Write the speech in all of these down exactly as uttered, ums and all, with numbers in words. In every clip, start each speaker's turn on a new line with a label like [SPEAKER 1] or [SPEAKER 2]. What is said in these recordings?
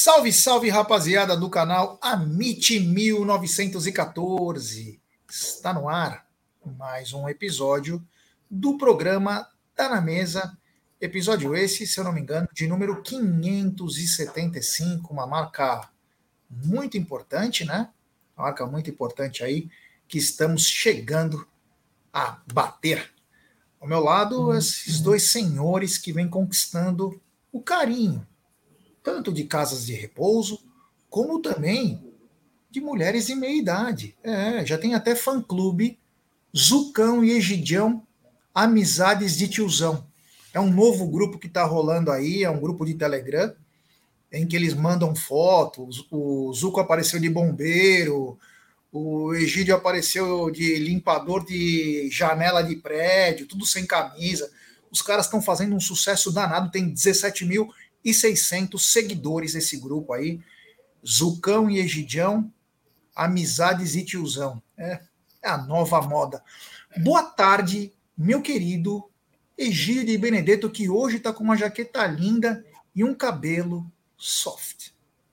[SPEAKER 1] Salve, salve, rapaziada do canal Amit mil novecentos e quatorze. Está no ar mais um episódio do programa Tá na Mesa. Episódio esse, se eu não me engano, de número quinhentos e setenta e cinco, uma marca muito importante, né? Uma marca muito importante aí, que estamos chegando a bater. Ao meu lado, esses dois senhores que vêm conquistando o carinho, tanto de casas de repouso, como também de mulheres de meia idade. É, já tem até fã-clube, Zucão e Egidião, Amizades de Tiozão. É um novo grupo que está rolando aí, é um grupo de Telegram, em que eles mandam fotos, o Zuco apareceu de bombeiro, o Egídio apareceu de limpador de janela de prédio, tudo sem camisa. Os caras estão fazendo um sucesso danado, tem dezessete mil e seiscentos seguidores esse grupo aí. Zucão e Egidião, Amizades e Tiozão. É, é a nova moda. Boa tarde, meu querido Egídio de Benedetto, que hoje está com uma jaqueta linda e um cabelo soft.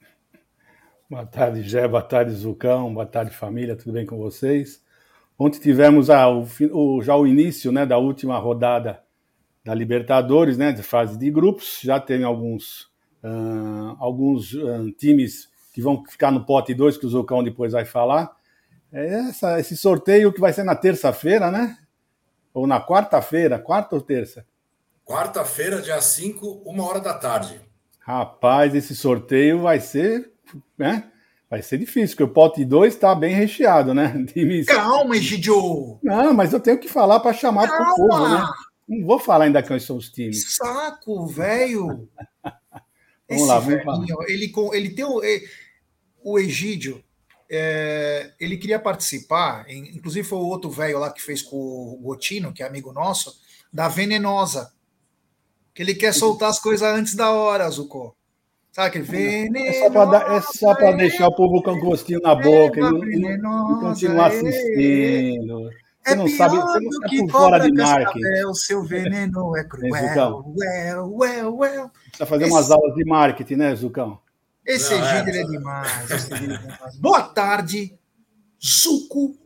[SPEAKER 2] Boa tarde, Gé, boa tarde, Zucão, boa tarde, família, tudo bem com vocês? Ontem tivemos a, o, o, já o início, né, da última rodada da Libertadores, né, de fase de grupos. Já tem alguns, uh, alguns uh, times que vão ficar no pote dois, que o Zucão depois vai falar. É essa, esse sorteio que vai ser na terça-feira, né? Ou na quarta-feira, quarta ou terça?
[SPEAKER 3] Quarta-feira, dia cinco, uma hora da tarde.
[SPEAKER 2] Rapaz, esse sorteio vai ser, né? Vai ser difícil, porque o pote dois está bem recheado, né? Times...
[SPEAKER 1] Calma, Egidio!
[SPEAKER 2] Não, mas eu tenho que falar para chamar para o povo, né? Não vou falar ainda quais são os times.
[SPEAKER 1] Saco, velho!
[SPEAKER 2] Vamos lá, vamos falar.
[SPEAKER 1] Ele, ele tem o, o Egídio, é, ele queria participar, inclusive foi o outro velho lá que fez com o Gotino, que é amigo nosso, da Venenosa. Que ele quer soltar as coisas antes da hora, Zucco. Sabe aquele venenosa?
[SPEAKER 2] É só para deixar o povo com gostinho na boca e, e, e continuar assistindo. Você
[SPEAKER 1] é
[SPEAKER 2] não sabe, você não está por fora de marketing.
[SPEAKER 1] O seu veneno é cruel. Well, well, well.
[SPEAKER 2] Precisa fazer Esse... umas aulas de marketing, né, Zucão?
[SPEAKER 1] Esse Egídio é, é demais. Esse é demais. Boa tarde, Zucco,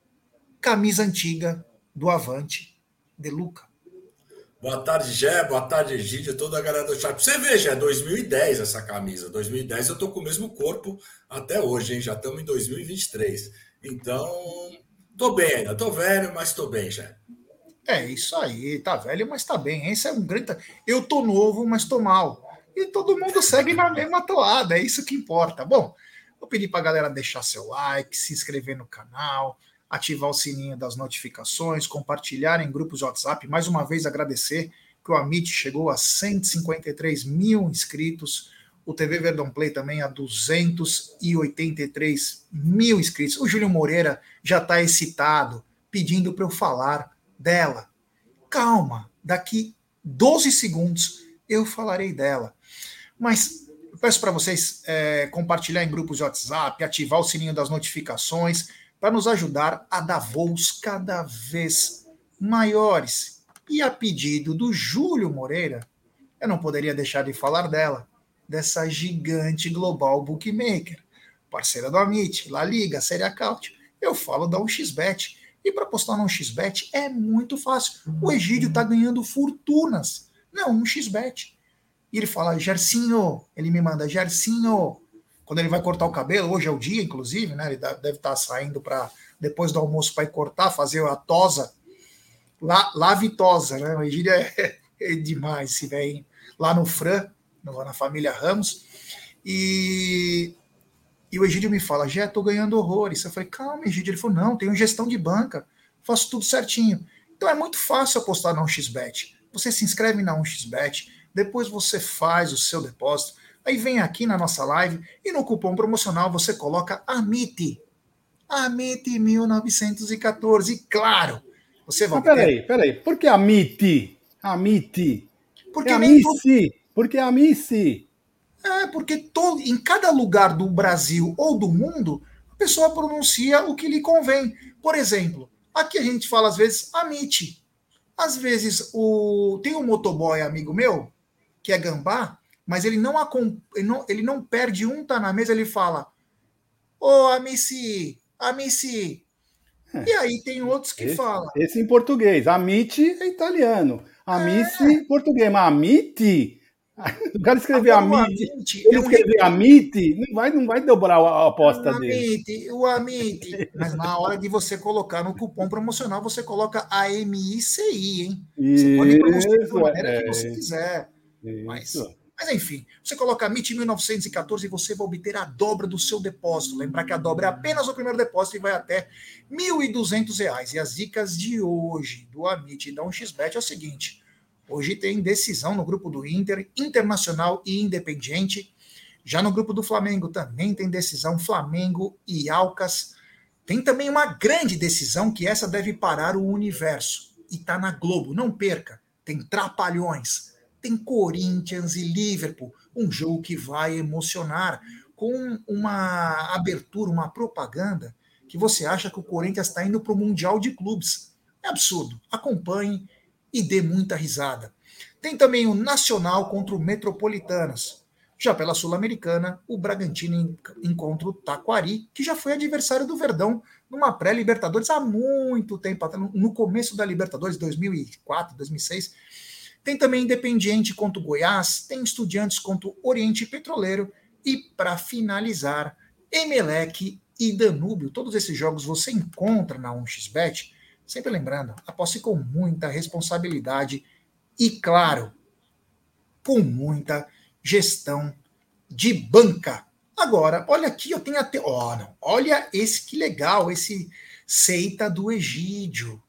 [SPEAKER 1] camisa antiga do Avante, de Luca.
[SPEAKER 3] Boa tarde, Gé. Boa tarde, Egídio, toda a galera do chat. Você vê, Gé, dois mil e dez essa camisa. dois mil e dez eu tô com o mesmo corpo até hoje, hein? Já estamos em dois mil e vinte e três. Então, tô bem ainda. Tô velho, mas tô bem, Gé.
[SPEAKER 1] É isso aí. Tá velho, mas tá bem. Esse é um grande... Eu tô novo, mas tô mal. E todo mundo segue na mesma toada. É isso que importa. Bom, vou pedir pra galera deixar seu like, se inscrever no canal, ativar o sininho das notificações, compartilhar em grupos de WhatsApp. Mais uma vez agradecer que o Amit chegou a cento e cinquenta e três mil inscritos, o T V Verdão Play também a duzentos e oitenta e três mil inscritos. O Júlio Moreira já está excitado, pedindo para eu falar dela. Calma, daqui doze segundos eu falarei dela. Mas eu peço para vocês é, compartilhar em grupos de WhatsApp, ativar o sininho das notificações, para nos ajudar a dar voos cada vez maiores. E a pedido do Júlio Moreira, eu não poderia deixar de falar dela, dessa gigante global bookmaker, parceira do Amit, La Liga, Série Acaute. Eu falo da um xis bet. E para apostar no um xis bet é muito fácil. O Egídio está ganhando fortunas. Não, um xis bet. E ele fala, Gersinho, ele me manda, Gersinho, quando ele vai cortar o cabelo, hoje é o dia, inclusive, né? Ele deve estar saindo para depois do almoço para ir cortar, fazer a tosa, lá, lá Vitosa, né? O Egídio é, é demais, esse velho, lá no Fran, na família Ramos. E, e o Egídio me fala, Gé, tô ganhando horrores. Eu falei, calma, Egídio. Ele falou, não, tenho gestão de banca, faço tudo certinho. Então é muito fácil apostar na um xis bet. Você se inscreve na um xis bet, depois você faz o seu depósito. Aí vem aqui na nossa live e no cupom promocional você coloca AMIT. AMIT mil novecentos e quatorze. E claro, você vai...
[SPEAKER 2] Mas peraí, peraí. Por que AMIT? AMIT.
[SPEAKER 1] Porque
[SPEAKER 2] é AMICI. Todo... Porque é AMICI.
[SPEAKER 1] É, porque todo, em cada lugar do Brasil ou do mundo, a pessoa pronuncia o que lhe convém. Por exemplo, aqui a gente fala às vezes AMIT. Às vezes o... tem um motoboy amigo meu, que é gambá, mas ele não, ele não, ele não perde um, tá na mesa, ele fala, ô, oh, amici, amici. É. E aí tem outros que
[SPEAKER 2] esse,
[SPEAKER 1] falam.
[SPEAKER 2] Esse em português, amici é italiano, amici é. em português, mas amiti... O cara escrever amiti, ele é um escrever amiti, não vai, não vai dobrar a aposta
[SPEAKER 1] o
[SPEAKER 2] dele.
[SPEAKER 1] Amite, o Amite. Mas na hora de você colocar no cupom promocional, você coloca A M I C I, hein?
[SPEAKER 2] Isso,
[SPEAKER 1] você pode pronunciar da maneira
[SPEAKER 2] é,
[SPEAKER 1] que você quiser. Mas, mas enfim, você coloca A M I T mil novecentos e quatorze e você vai obter a dobra do seu depósito. Lembrar que a dobra é apenas o primeiro depósito e vai até mil e duzentos reais. E as dicas de hoje do Amit e da um x bet é o seguinte. Hoje tem decisão no grupo do Inter, Internacional e Independiente. Já no grupo do Flamengo também tem decisão, Flamengo e Alcas. Tem também uma grande decisão que essa deve parar o universo. E tá na Globo, não perca. Tem Trapalhões, tem Corinthians e Liverpool. Um jogo que vai emocionar, com uma abertura, uma propaganda, que você acha que o Corinthians está indo para o Mundial de Clubes. É absurdo. Acompanhe e dê muita risada. Tem também o Nacional contra o Metropolitanas. Já pela Sul-Americana, o Bragantino encontra o Taquari, que já foi adversário do Verdão numa pré-Libertadores há muito tempo, no começo da Libertadores, dois mil e quatro, dois mil e seis. Tem também Independiente contra o Goiás, tem Estudiantes contra o Oriente Petroleiro e, para finalizar, Emelec e Danúbio. Todos esses jogos você encontra na um x bet. Sempre lembrando, aposte com muita responsabilidade e, claro, com muita gestão de banca. Agora, olha aqui, eu tenho até... Oh, não. Olha esse que legal, esse Seita do Egídio.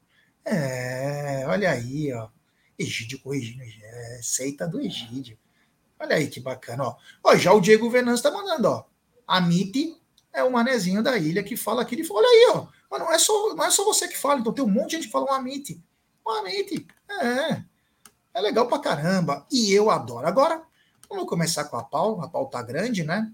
[SPEAKER 1] É, olha aí, ó. Egídio corrigindo, é, Seita do Egídio. Olha aí que bacana, ó. Ó, já o Diego Venâncio tá mandando, ó. Amite é o manezinho da ilha que fala aqui. Olha aí, ó. Mas não é só, não é só você que fala, então tem um monte de gente que fala um Amite. Um Amite, é. É legal pra caramba. E eu adoro. Agora, vamos começar com a pau. A pau tá grande, né?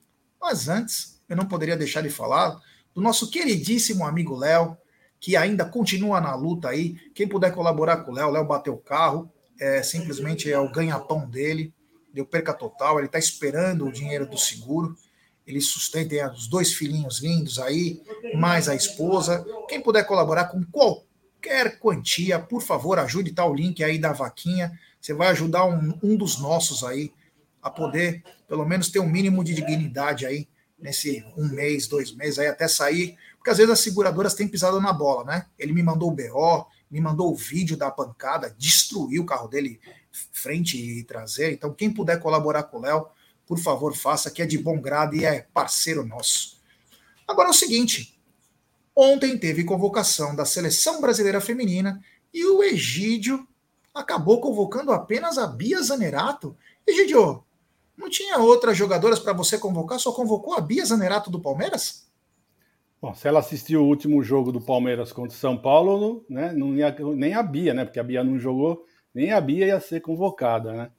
[SPEAKER 1] Mas antes, eu não poderia deixar de falar do nosso queridíssimo amigo Léo, que ainda continua na luta aí. Quem puder colaborar com o Léo, o Léo bateu o carro, é, simplesmente é o ganha-pão dele, deu perca total, ele está esperando o dinheiro do seguro, ele sustenta, tem os dois filhinhos lindos aí, mais a esposa. Quem puder colaborar com qualquer quantia, por favor, ajude, tá o link aí da vaquinha, você vai ajudar um, um dos nossos aí a poder, pelo menos, ter um mínimo de dignidade aí, nesse um mês, dois meses, aí até sair, porque às vezes as seguradoras têm pisado na bola, né? Ele me mandou o B O, me mandou o vídeo da pancada, destruiu o carro dele, frente e traseira. Então, quem puder colaborar com o Léo, por favor, faça, que é de bom grado e é parceiro nosso. Agora é o seguinte, ontem teve convocação da Seleção Brasileira Feminina e o Egídio acabou convocando apenas a Bia Zanerato. Egídio, não tinha outras jogadoras para você convocar, só convocou a Bia Zanerato do Palmeiras?
[SPEAKER 2] Bom, se ela assistiu o último jogo do Palmeiras contra o São Paulo, né, não ia, nem a Bia, né, porque a Bia não jogou, nem a Bia ia ser convocada, né?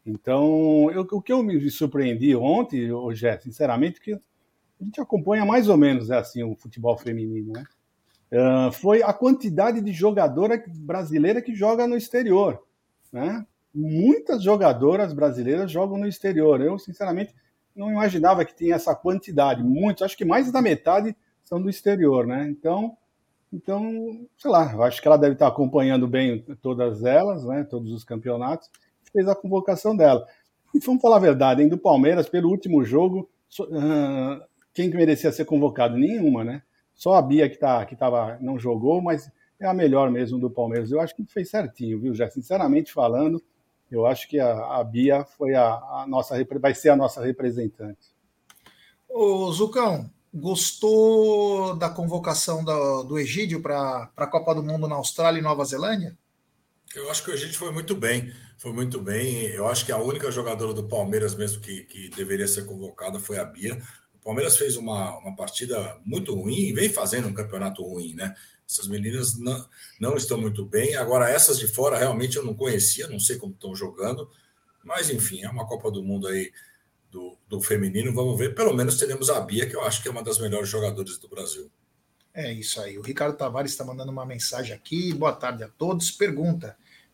[SPEAKER 2] Então, eu, o que eu me surpreendi ontem, Jé, sinceramente, que a gente acompanha mais ou menos, é assim, o futebol feminino, né? Uh, foi a quantidade de jogadora brasileira que joga no exterior, né? Muitas jogadoras brasileiras jogam no exterior. Eu, sinceramente, não imaginava que tinha essa quantidade. Muitos, acho que mais da metade são do exterior, né? Então, então, sei lá, eu acho que ela deve estar acompanhando bem todas elas, né? Todos os campeonatos, fez a convocação dela. E vamos falar a verdade, hein? Do Palmeiras, pelo último jogo, uh, quem merecia ser convocado? Nenhuma, né? Só a Bia que, tá, que tava, não jogou, mas é a melhor mesmo do Palmeiras. Eu acho que fez certinho, viu, já? Sinceramente falando, eu acho que a, a Bia foi a, a nossa, vai ser a nossa representante.
[SPEAKER 1] Ô, Zucão, gostou da convocação do, do Egídio para a Copa do Mundo na Austrália e Nova Zelândia?
[SPEAKER 3] Eu acho que o Egídio foi muito bem, foi muito bem. Eu acho que a única jogadora do Palmeiras mesmo que, que deveria ser convocada foi a Bia. O Palmeiras fez uma, uma partida muito ruim, vem fazendo um campeonato ruim, né? Essas meninas não, não estão muito bem. Agora, essas de fora, realmente eu não conhecia, não sei como estão jogando. Mas, enfim, é uma Copa do Mundo aí do, do feminino. Vamos ver. Pelo menos teremos a Bia, que eu acho que é uma das melhores jogadoras do Brasil.
[SPEAKER 1] É isso aí. O Ricardo Tavares está mandando uma mensagem aqui. Boa tarde a todos. Pergunta,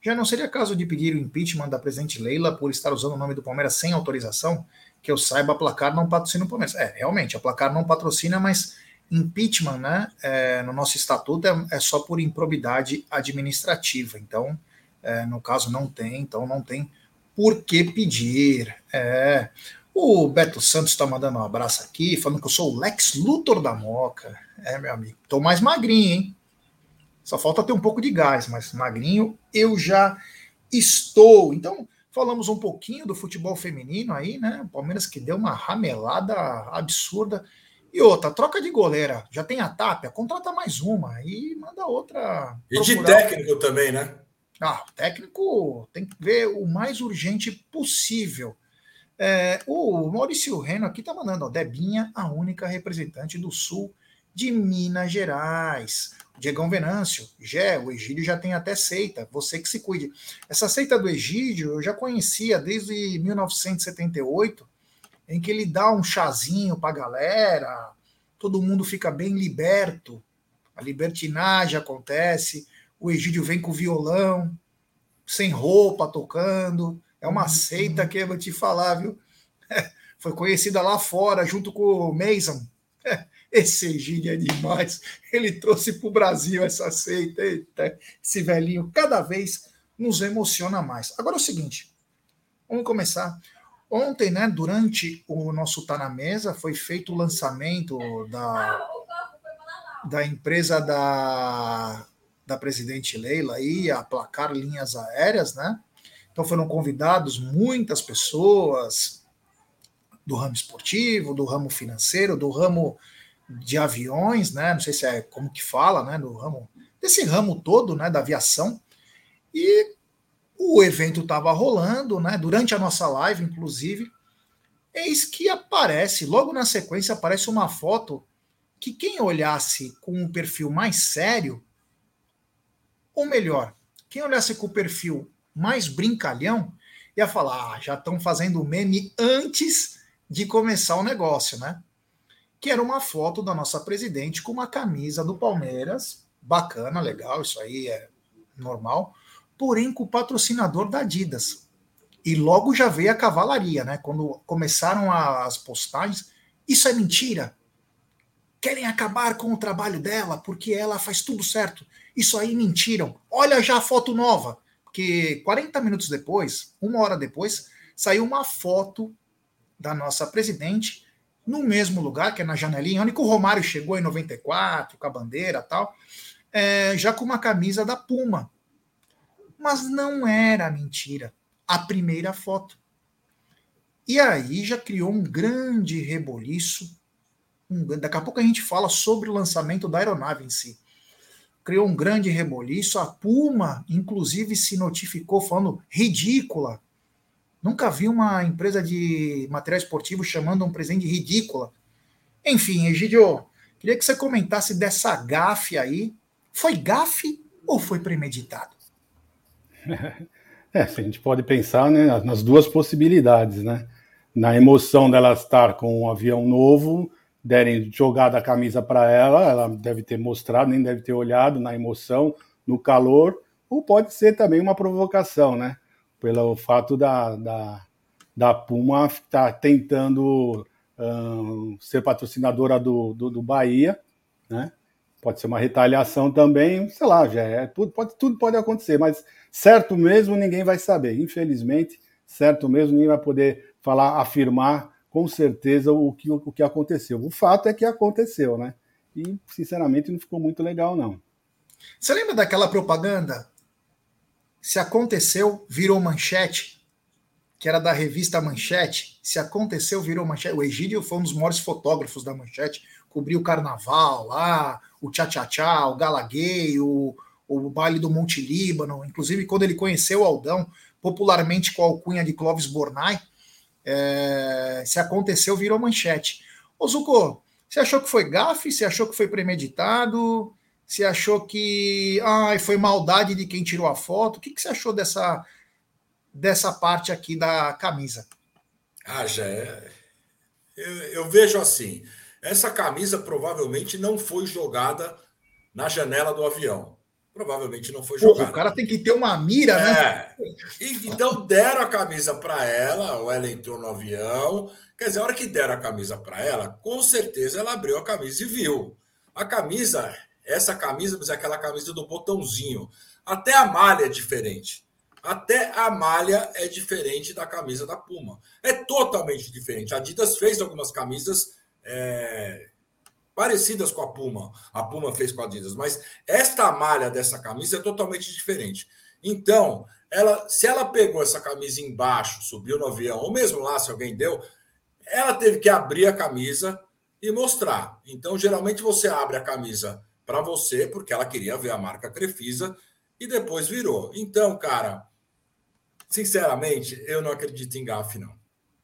[SPEAKER 1] Já não seria caso de pedir o impeachment da presidente Leila por estar usando o nome do Palmeiras sem autorização? Que eu saiba, a Placar não patrocina o Palmeiras. É, realmente, a Placar não patrocina, mas impeachment, né, é, no nosso estatuto é, é só por improbidade administrativa. Então, é, no caso, não tem, então não tem por que pedir. É. O Beto Santos está mandando um abraço aqui, falando que eu sou o Lex Luthor da Moca. É, meu amigo, tô mais magrinho, hein? Só falta ter um pouco de gás, mas magrinho eu já estou. Então, falamos um pouquinho do futebol feminino aí, né? O Palmeiras que deu uma ramelada absurda. E outra, troca de goleira. Já tem a Tapia, contrata mais uma e manda outra.
[SPEAKER 3] E de técnico também, né?
[SPEAKER 1] Ah, o técnico tem que ver o mais urgente possível. É, o Maurício Reno aqui tá mandando, ó, Debinha, a única representante do Sul de Minas Gerais. Diegão Venâncio, Gé, o Egídio já tem até seita, você que se cuide. Essa seita do Egídio eu já conhecia desde mil novecentos e setenta e oito, em que ele dá um chazinho pra galera, todo mundo fica bem liberto, a libertinagem acontece, o Egídio vem com violão, sem roupa, tocando, é uma seita que eu vou te falar, viu? Foi conhecida lá fora, junto com o Mason. Esse Egídio é demais. Ele trouxe para o Brasil essa seita. Eita, esse velhinho cada vez nos emociona mais. Agora é o seguinte, vamos começar. Ontem, né, durante o nosso Tá Na Mesa, foi feito o lançamento da, da empresa da, da presidente Leila, aí, a Placar Linhas Aéreas, né? Então foram convidados muitas pessoas do ramo esportivo, do ramo financeiro, do ramo de aviões, né? Não sei se é como que fala, né? Do ramo, desse ramo todo, né? Da aviação. E o evento estava rolando, né? Durante a nossa live, inclusive, eis que aparece, logo na sequência, aparece uma foto que quem olhasse com um perfil mais sério, ou melhor, quem olhasse com o perfil mais brincalhão, ia falar, ah, já estão fazendo meme antes de começar o negócio, né? Que era uma foto da nossa presidente com uma camisa do Palmeiras, bacana, legal, isso aí é normal, porém com o patrocinador da Adidas. E logo já veio a cavalaria, né? Quando começaram as postagens, isso é mentira. Querem acabar com o trabalho dela porque ela faz tudo certo. Isso aí mentiram. Olha já a foto nova. Que quarenta minutos depois, uma hora depois, saiu uma foto da nossa presidente no mesmo lugar, que é na janelinha, onde o Romário chegou em noventa e quatro, com a bandeira e tal, é, já com uma camisa da Puma. Mas não era mentira. A primeira foto. E aí já criou um grande reboliço. Um, daqui a pouco a gente fala sobre o lançamento da aeronave em si. Criou um grande reboliço. A Puma, inclusive, se notificou falando ridícula. Nunca vi uma empresa de material esportivo chamando um presente de ridícula. Enfim, Egídio, queria que você comentasse dessa gafe aí. Foi gafe ou foi premeditado?
[SPEAKER 2] É, a gente pode pensar, né, nas duas possibilidades, né? Na emoção dela estar com um avião novo, derem jogado a camisa para ela, ela deve ter mostrado, nem deve ter olhado na emoção, no calor, ou pode ser também uma provocação, né? Pelo fato da, da, da Puma estar tentando um, ser patrocinadora do, do, do Bahia, né? Pode ser uma retaliação também, sei lá, já é, tudo, pode, tudo pode acontecer, mas certo mesmo ninguém vai saber, infelizmente, certo mesmo ninguém vai poder falar, afirmar com certeza o que, o que aconteceu. O fato é que aconteceu, né? E, sinceramente, não ficou muito legal, não.
[SPEAKER 1] Você lembra daquela propaganda? Se aconteceu, virou manchete, que era da revista Manchete. Se aconteceu, virou manchete. O Egídio foi um dos maiores fotógrafos da Manchete, cobriu o carnaval lá, o tchá-tchá-tchá, o gala gay, o, o baile do Monte Líbano, inclusive quando ele conheceu o Aldão, popularmente com a alcunha de Clóvis Bornai, é, se aconteceu, virou manchete. Ô Zucco, você achou que foi gafe? Você achou que foi premeditado? Você achou que ai, foi maldade de quem tirou a foto? O que, que você achou dessa, dessa parte aqui da camisa?
[SPEAKER 3] Ah, já é. Eu, eu vejo assim, essa camisa provavelmente não foi jogada na janela do avião. provavelmente não foi
[SPEAKER 1] Porra,
[SPEAKER 3] jogada.
[SPEAKER 1] o cara tem que ter uma mira, né?
[SPEAKER 3] É. E, então deram a camisa para ela, ou ela entrou no avião. Quer dizer, a hora que deram a camisa para ela, com certeza ela abriu a camisa e viu. A camisa, essa camisa, mas é aquela camisa do botãozinho. Até a malha é diferente. Até a malha é diferente da camisa da Puma. É totalmente diferente. A Adidas fez algumas camisas é, parecidas com a Puma. A Puma fez com a Adidas. Mas esta malha dessa camisa é totalmente diferente. Então, ela, se ela pegou essa camisa embaixo, subiu no avião, ou mesmo lá, se alguém deu, ela teve que abrir a camisa e mostrar. Então, geralmente, você abre a camisa para você, porque ela queria ver a marca Crefisa, e depois virou. Então, cara, sinceramente, eu não acredito em gafe, não.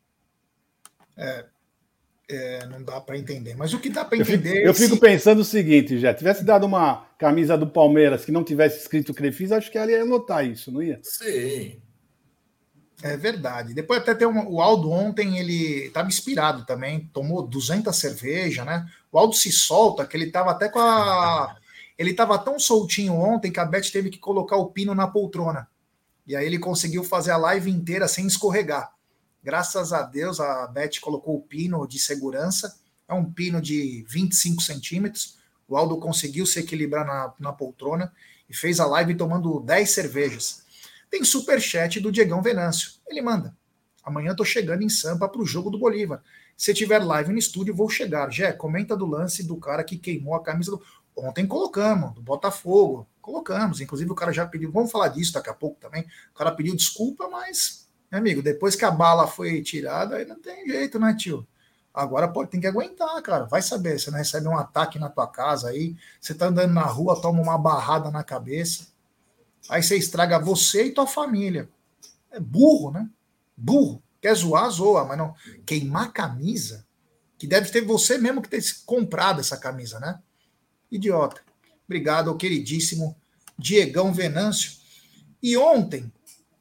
[SPEAKER 1] É, é, não dá para entender. Mas o que dá para
[SPEAKER 2] Eu
[SPEAKER 1] entender...
[SPEAKER 2] fico, eu fico se... pensando o seguinte, já tivesse dado uma camisa do Palmeiras que não tivesse escrito Crefisa, acho que ela ia notar isso, não ia?
[SPEAKER 3] Sim.
[SPEAKER 1] É verdade. Depois até tem um, o Aldo ontem, ele estava inspirado também, tomou duzentas cervejas, né? O Aldo se solta, que ele estava até com a... Ele estava tão soltinho ontem que a Beth teve que colocar o pino na poltrona. E aí ele conseguiu fazer a live inteira sem escorregar. Graças a Deus, a Beth colocou o pino de segurança. É um pino de vinte e cinco centímetros. O Aldo conseguiu se equilibrar na, na poltrona e fez a live tomando dez cervejas. Tem superchat do Diegão Venâncio. Ele manda: amanhã tô chegando em Sampa pro jogo do Bolívar. Se tiver live no estúdio, vou chegar. Jé, comenta do lance do cara que queimou a camisa do... Ontem colocamos, do Botafogo. Colocamos. Inclusive o cara já pediu... Vamos falar disso daqui a pouco também. O cara pediu desculpa, mas, meu amigo, depois que a bala foi tirada, aí não tem jeito, né, tio? Agora pode, tem que aguentar, cara. Vai saber, você não recebe um ataque na tua casa aí, você tá andando na rua, toma uma barrada na cabeça. Aí você estraga você e tua família. É burro, né? Burro. Quer zoar, zoa, mas não. Queimar camisa, que deve ter você mesmo que ter comprado essa camisa, né? Idiota. Obrigado ao queridíssimo Diegão Venâncio. E ontem,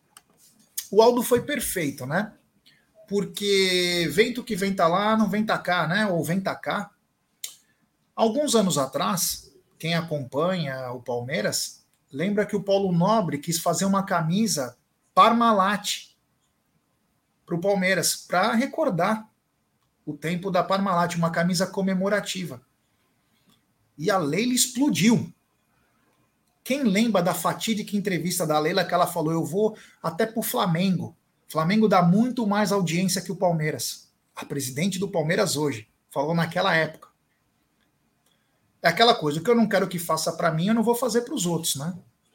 [SPEAKER 1] o Aldo foi perfeito, né? Porque vento que vem tá lá, não vem tá cá, né? Ou vem tá cá. Alguns anos atrás, quem acompanha o Palmeiras... Lembra que o Paulo Nobre quis fazer uma camisa Parmalat para o Palmeiras, para recordar o tempo da Parmalat, uma camisa comemorativa. E a Leila explodiu. Quem lembra da fatídica entrevista da Leila que ela falou, eu vou até para o Flamengo. O Flamengo dá muito mais audiência que o Palmeiras. A presidente do Palmeiras hoje falou naquela época. É aquela coisa, o que eu não quero que faça para mim, eu não vou fazer para os outros, né?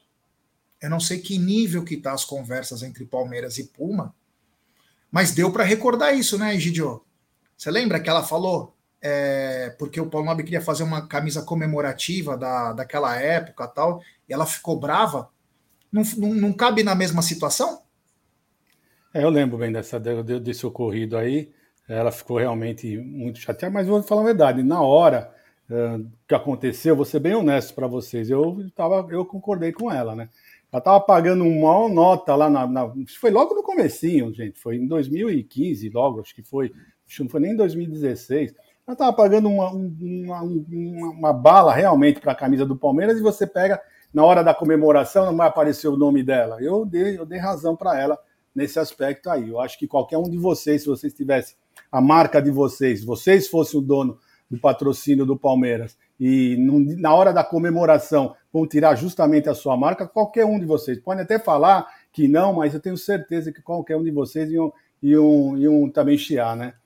[SPEAKER 1] Eu não sei que nível que tá as conversas entre Palmeiras e Puma, mas deu para recordar isso, né, Egidio? Você lembra que ela falou, é, porque o Paulo Nobre queria fazer uma camisa comemorativa da, daquela época e tal, e ela ficou brava? Não, não, não cabe na mesma situação?
[SPEAKER 2] É, eu lembro bem dessa, desse ocorrido aí, ela ficou realmente muito chateada, mas vou falar a verdade, na hora... Uh, que aconteceu, vou ser bem honesto para vocês, eu, tava, eu concordei com ela, né? Ela estava pagando uma nota lá na, na... Foi logo no comecinho, gente, foi em dois mil e quinze, logo, acho que foi, acho que não foi nem em dois mil e dezesseis. Ela estava pagando uma, uma, uma, uma bala realmente para a camisa do Palmeiras e você pega, na hora da comemoração, não vai aparecer o nome dela. Eu dei, eu dei razão para ela nesse aspecto aí. Eu acho que qualquer um de vocês, se vocês tivessem a marca de vocês, vocês fossem o dono do patrocínio do Palmeiras, e na hora da comemoração vão tirar justamente a sua marca, qualquer um de vocês, pode até falar que não, mas eu tenho certeza que qualquer um de vocês iam, iam, iam também chiar, né?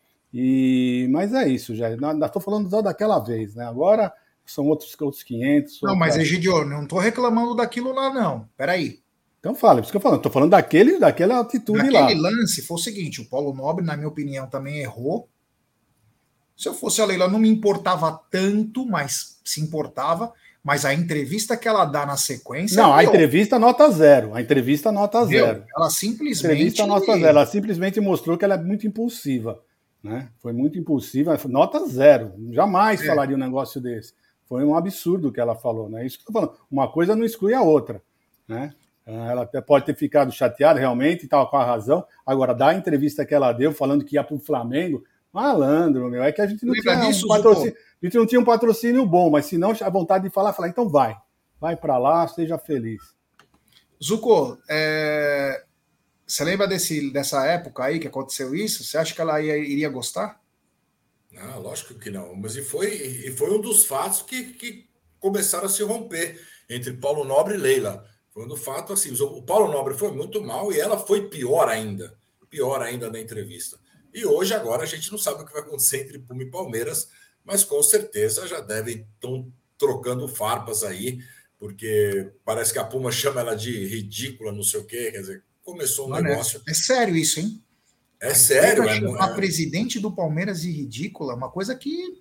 [SPEAKER 2] E, mas é isso, já estou falando só daquela vez, né? Agora são outros, outros quinhentos.
[SPEAKER 1] Não, mas Egidio, não estou reclamando daquilo lá, não. Peraí.
[SPEAKER 2] Então fala, é isso que eu falo, estou falando daquele, daquela atitude
[SPEAKER 1] Naquele
[SPEAKER 2] lá.
[SPEAKER 1] Aquele lance foi o seguinte, o Paulo Nobre, na minha opinião, também errou. Se eu fosse a Leila, não me importava tanto, mas se importava. Mas a entrevista que ela dá na sequência...
[SPEAKER 2] Não, a entrevista nota zero. A entrevista nota
[SPEAKER 1] Meu,
[SPEAKER 2] zero.
[SPEAKER 1] Ela simplesmente...
[SPEAKER 2] Entrevista nota zero. Ela simplesmente mostrou que ela é muito impulsiva. Né? Foi muito impulsiva. Nota zero. Jamais é. falaria um negócio desse. Foi um absurdo o que ela falou. Né? Isso que eu tô falando. Uma coisa não exclui a outra. Né? Ela pode ter ficado chateada realmente, estava com a razão. Agora, da entrevista que ela deu, falando que ia para o Flamengo... Malandro, meu, é que a gente não, tinha
[SPEAKER 1] disso,
[SPEAKER 2] um patrocínio, a gente não tinha um patrocínio bom, mas se não, a vontade de falar, falar, então vai, vai para lá, seja feliz.
[SPEAKER 1] Zucco, é... você lembra desse, dessa época aí que aconteceu isso? Você acha que ela ia, iria gostar?
[SPEAKER 3] Não, lógico que não. Mas e foi, e foi um dos fatos que, que começaram a se romper entre Paulo Nobre e Leila. Foi um fato assim, o Paulo Nobre foi muito mal e ela foi pior ainda. Pior ainda na entrevista. E hoje, agora, a gente não sabe o que vai acontecer entre Puma e Palmeiras, mas com certeza já devem estão trocando farpas aí, porque parece que a Puma chama ela de ridícula, não sei o quê. Quer dizer, começou um
[SPEAKER 1] Mano,
[SPEAKER 3] negócio.
[SPEAKER 1] É, é sério isso, hein?
[SPEAKER 3] É sério, é,
[SPEAKER 1] A
[SPEAKER 3] é,
[SPEAKER 1] presidente do Palmeiras de ridícula, uma coisa que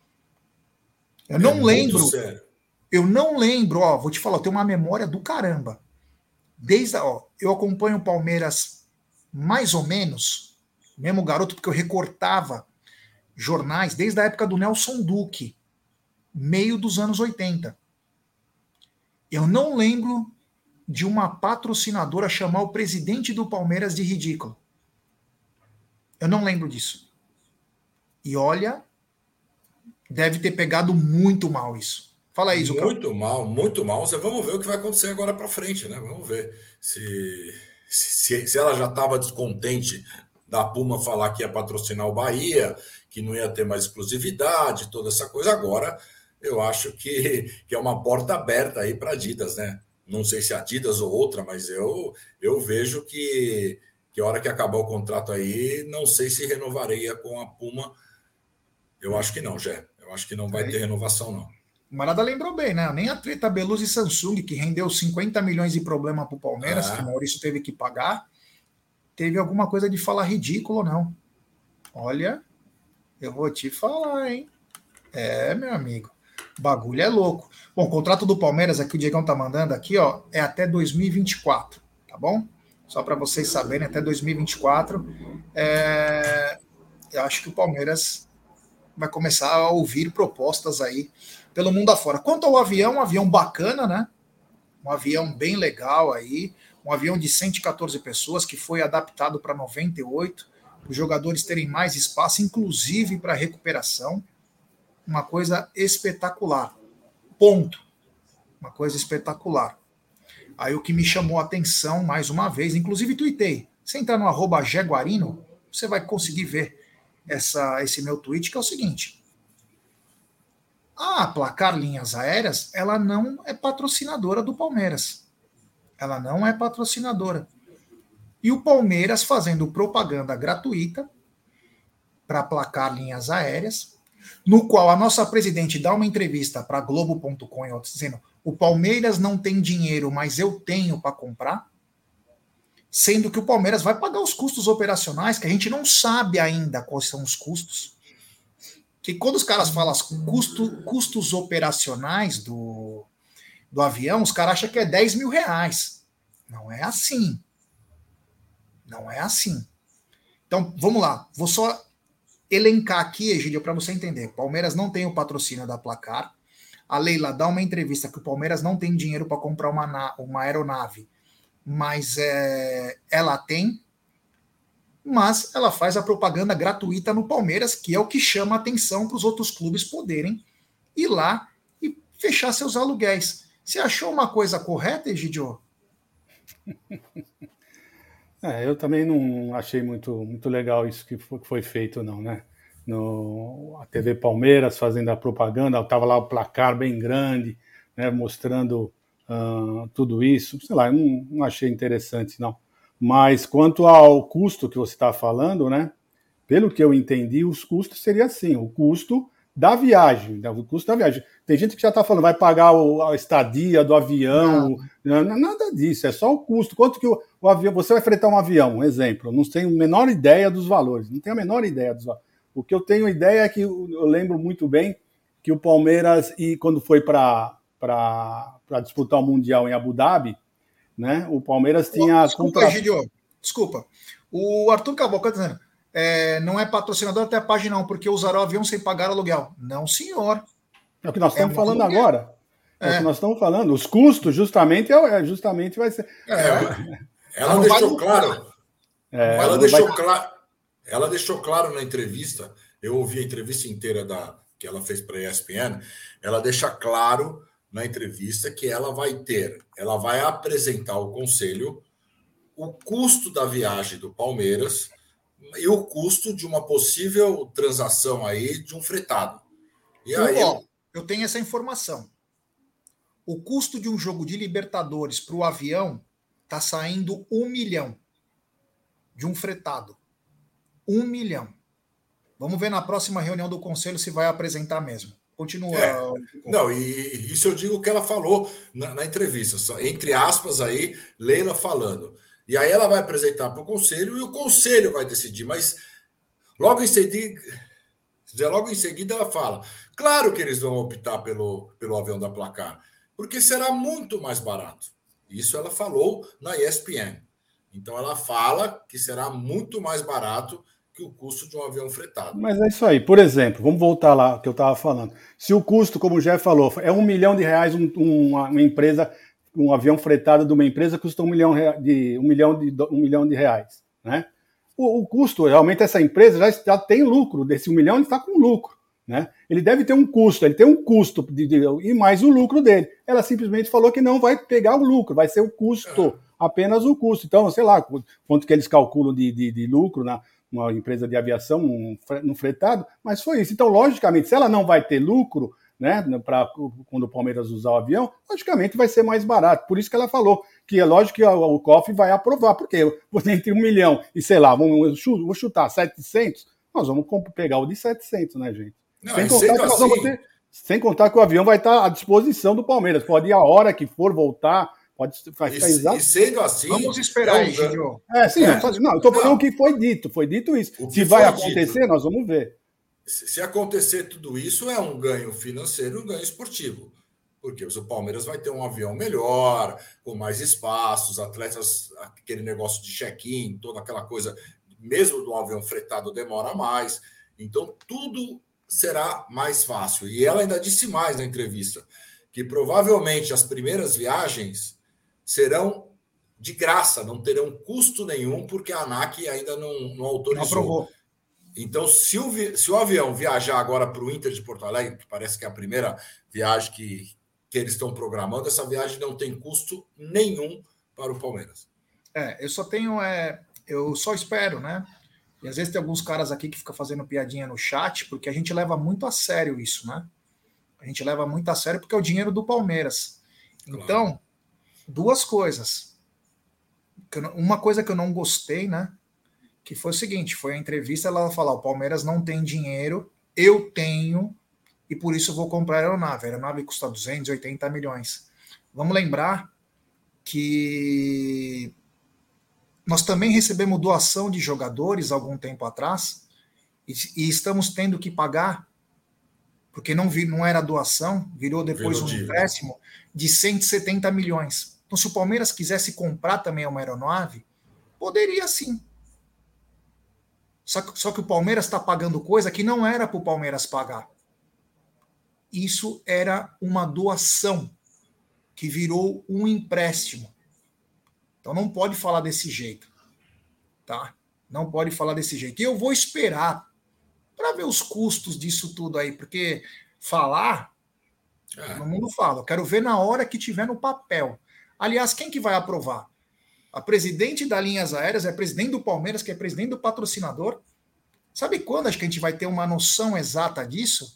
[SPEAKER 1] eu
[SPEAKER 3] é
[SPEAKER 1] não
[SPEAKER 3] muito
[SPEAKER 1] lembro.
[SPEAKER 3] sério.
[SPEAKER 1] Eu não lembro, ó, vou te falar, eu tenho uma memória do caramba. Desde, ó, eu acompanho o Palmeiras mais ou menos, mesmo garoto, porque eu recortava jornais desde a época do Nelson Duque, meio dos anos oitenta. Eu não lembro de uma patrocinadora chamar o presidente do Palmeiras de ridículo. Eu não lembro disso. E olha, deve ter pegado muito mal isso. Fala aí, Zucão.
[SPEAKER 3] Muito mal, muito mal. Vamos ver o que vai acontecer agora para frente, né? Vamos ver se, se, se ela já estava descontente da Puma falar que ia patrocinar o Bahia, que não ia ter mais exclusividade, toda essa coisa. Agora, eu acho que, que é uma porta aberta aí para a Adidas, né? Não sei se Adidas ou outra, mas eu, eu vejo que, que a hora que acabar o contrato aí, não sei se renovaria com a Puma. Eu acho que não, Gé. Eu acho que não vai ter renovação, não.
[SPEAKER 1] O Marada lembrou bem, né? Nem a treta Beluzi e Samsung, que rendeu cinquenta milhões de problema para o Palmeiras,
[SPEAKER 3] É.
[SPEAKER 1] que o Maurício teve que pagar, teve alguma coisa de falar ridículo ou não. Olha, eu vou te falar, hein? É, meu amigo. O bagulho é louco. Bom, o contrato do Palmeiras, aqui o Diegão tá mandando aqui, ó, é até dois mil e vinte e quatro, tá bom? Só para vocês saberem, até dois mil e vinte e quatro. É... Eu acho que o Palmeiras vai começar a ouvir propostas aí pelo mundo afora. Quanto ao avião, um avião bacana, né? Um avião bem legal aí, um avião de cento e quatorze pessoas que foi adaptado para noventa e oito, os jogadores terem mais espaço, inclusive para recuperação. Uma coisa espetacular. Ponto. Uma coisa espetacular. Aí o que me chamou a atenção, mais uma vez, inclusive tuitei. Você entrar no arroba Jaguarino, você vai conseguir ver essa, esse meu tweet, que é o seguinte. A Placar Linhas Aéreas, ela não é patrocinadora do Palmeiras. Ela não é patrocinadora. E o Palmeiras fazendo propaganda gratuita para a Placar Linhas Aéreas, no qual a nossa presidente dá uma entrevista para Globo ponto com e outros dizendo: o Palmeiras não tem dinheiro, mas eu tenho para comprar, sendo que o Palmeiras vai pagar os custos operacionais, que a gente não sabe ainda quais são os custos. Que quando os caras falam custo, custos operacionais do, do avião, os caras acham que é dez mil reais. Não é assim. Não é assim. Então, vamos lá. Vou só elencar aqui, Egídio, para você entender. O Palmeiras não tem o patrocínio da Placar. A Leila dá uma entrevista que o Palmeiras não tem dinheiro para comprar uma, uma aeronave, mas é, ela tem. Mas ela faz a propaganda gratuita no Palmeiras, que é o que chama a atenção para os outros clubes poderem ir lá e fechar seus aluguéis. Você achou uma coisa correta, Egidio?
[SPEAKER 2] É, eu também não achei muito, muito legal isso que foi, que foi feito, não, né? No, a T V Palmeiras fazendo a propaganda, estava lá o placar bem grande, né, mostrando uh, tudo isso. Sei lá, eu não, não achei interessante, não. Mas quanto ao custo que você está falando, né? Pelo que eu entendi, os custos seria assim, o custo da viagem, né, o custo da viagem. Tem gente que já está falando, vai pagar o, a estadia do avião, não. Não, nada disso, é só o custo. Quanto que o, o avião, você vai fretar um avião, um exemplo, não tenho a menor ideia dos valores, não tenho a menor ideia dos valores. O que eu tenho ideia é que eu lembro muito bem que o Palmeiras, e quando foi para disputar o Mundial em Abu Dhabi, né, o Palmeiras tinha...
[SPEAKER 1] Desculpa, contra... Egidio, desculpa. O Arthur Caboclo está dizendo, é, não é patrocinador até a página um, porque usaram o avião sem pagar aluguel. Não, senhor.
[SPEAKER 2] É o que nós estamos é falando agora. É. é o que nós estamos falando. Os custos, justamente, é, justamente vai ser...
[SPEAKER 3] É, ela, ela deixou claro... É, ela, deixou vai... claro ela deixou claro na entrevista, eu ouvi a entrevista inteira da, que ela fez para a E S P N, ela deixa claro na entrevista que ela vai ter, ela vai apresentar ao conselho o custo da viagem do Palmeiras e o custo de uma possível transação aí de um fretado. E aí,
[SPEAKER 1] Ó, eu tenho essa informação. O custo de um jogo de Libertadores para o avião está saindo um milhão de um fretado. Um milhão. Vamos ver na próxima reunião do conselho se vai apresentar mesmo. Continua.
[SPEAKER 3] É, não, e isso eu digo que ela falou na, na entrevista, só, entre aspas aí, Leila falando. E aí ela vai apresentar para o conselho e o conselho vai decidir, mas logo em seguida, logo em seguida ela fala, claro que eles vão optar pelo, pelo avião da Placar, porque será muito mais barato. Isso ela falou na E S P N. Então ela fala que será muito mais barato que o custo de um avião fretado.
[SPEAKER 2] Mas é isso aí. Por exemplo, vamos voltar lá que eu estava falando. Se o custo, como o Jeff falou, é um milhão de reais um, uma, uma empresa, um avião fretado de uma empresa custa um milhão de, um milhão de, um milhão de reais, né? O, o custo, realmente, essa empresa já, já tem lucro. Desse um milhão, ele está com lucro, né? Ele deve ter um custo, ele tem um custo de, de, e mais o lucro dele. Ela simplesmente falou que não vai pegar o lucro, vai ser o custo, apenas o custo. Então, sei lá, quanto que eles calculam de, de, de lucro na uma empresa de aviação, um, um fretado, mas foi isso. Então, logicamente, se ela não vai ter lucro, né, pra, quando o Palmeiras usar o avião, logicamente vai ser mais barato. Por isso que ela falou que é lógico que o, o C O F vai aprovar, porque entre um milhão e, sei lá, vamos, vou chutar setecentos, nós vamos pegar o de setecentos, né, gente?
[SPEAKER 3] Não,
[SPEAKER 2] sem, contar que nós
[SPEAKER 3] assim...
[SPEAKER 2] vamos ter, sem contar que o avião vai estar à disposição do Palmeiras, pode ir a hora que for voltar. Pode ficar
[SPEAKER 3] e,
[SPEAKER 2] exato.
[SPEAKER 3] E sendo assim.
[SPEAKER 1] Vamos esperar
[SPEAKER 3] é
[SPEAKER 1] aí, Gidio.
[SPEAKER 2] É, sim, é. Não, eu estou falando o que foi dito, foi dito isso. Se vai acontecer, dito, nós vamos ver.
[SPEAKER 3] Se, se acontecer tudo isso, é um ganho financeiro e um ganho esportivo. Porque o Palmeiras vai ter um avião melhor, com mais espaço, os atletas, aquele negócio de check-in, toda aquela coisa, mesmo do avião fretado demora mais. Então, tudo será mais fácil. E ela ainda disse mais na entrevista, que provavelmente as primeiras viagens serão de graça, não terão custo nenhum, porque a ANAC ainda não, não autorizou. Não aprovou. Então, se o, se o avião viajar agora para o Inter de Porto Alegre, que parece que é a primeira viagem que, que eles estão programando, essa viagem não tem custo nenhum para o Palmeiras.
[SPEAKER 1] É, eu só tenho, é, eu só espero, né? E às vezes tem alguns caras aqui que ficam fazendo piadinha no chat, porque a gente leva muito a sério isso, né? A gente leva muito a sério porque é o dinheiro do Palmeiras. Claro. Então, duas coisas. Uma coisa que eu não gostei, né? Que foi o seguinte, foi a entrevista, ela falar, o Palmeiras não tem dinheiro, eu tenho, e por isso eu vou comprar a aeronave. A aeronave custa duzentos e oitenta milhões. Vamos lembrar que nós também recebemos doação de jogadores algum tempo atrás, e, e estamos tendo que pagar, porque não, vir, não era doação, virou depois virou um dívida. Empréstimo de cento e setenta milhões. Então, se o Palmeiras quisesse comprar também uma aeronave, poderia sim. Só que, só que o Palmeiras está pagando coisa que não era para o Palmeiras pagar. Isso era uma doação que virou um empréstimo. Então não pode falar desse jeito. Tá? Não pode falar desse jeito. E eu vou esperar para ver os custos disso tudo aí, porque falar, é. todo mundo fala. Eu quero ver na hora que tiver no papel. Aliás, quem que vai aprovar? A presidente da Linhas Aéreas é presidente do Palmeiras, que é presidente do patrocinador. Sabe quando acho que a gente vai ter uma noção exata disso?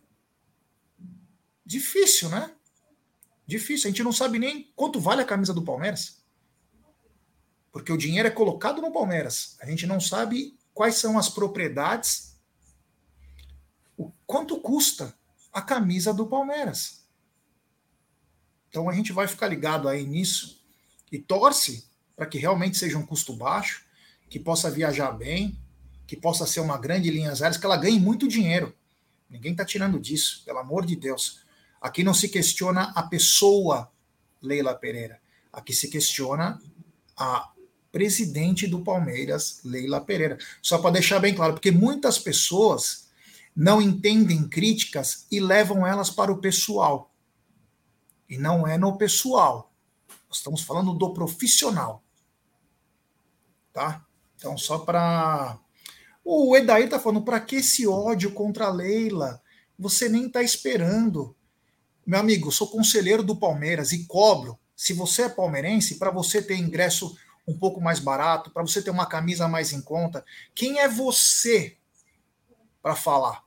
[SPEAKER 1] Difícil, né? Difícil. A gente não sabe nem quanto vale a camisa do Palmeiras. Porque o dinheiro é colocado no Palmeiras. A gente não sabe quais são as propriedades, o quanto custa a camisa do Palmeiras. Então a gente vai ficar ligado aí nisso e torce para que realmente seja um custo baixo, que possa viajar bem, que possa ser uma grande linhas aéreas, que ela ganhe muito dinheiro. Ninguém está tirando disso, pelo amor de Deus. Aqui não se questiona a pessoa Leila Pereira. Aqui se questiona a presidente do Palmeiras, Leila Pereira. Só para deixar bem claro, porque muitas pessoas não entendem críticas e levam elas para o pessoal. E não é no pessoal. Nós estamos falando do profissional. Tá? Então, só para... O Edair está falando, para que esse ódio contra a Leila? Você nem está esperando. Meu amigo, eu sou conselheiro do Palmeiras e cobro, se você é palmeirense, para você ter ingresso um pouco mais barato, para você ter uma camisa mais em conta. Quem é você para falar?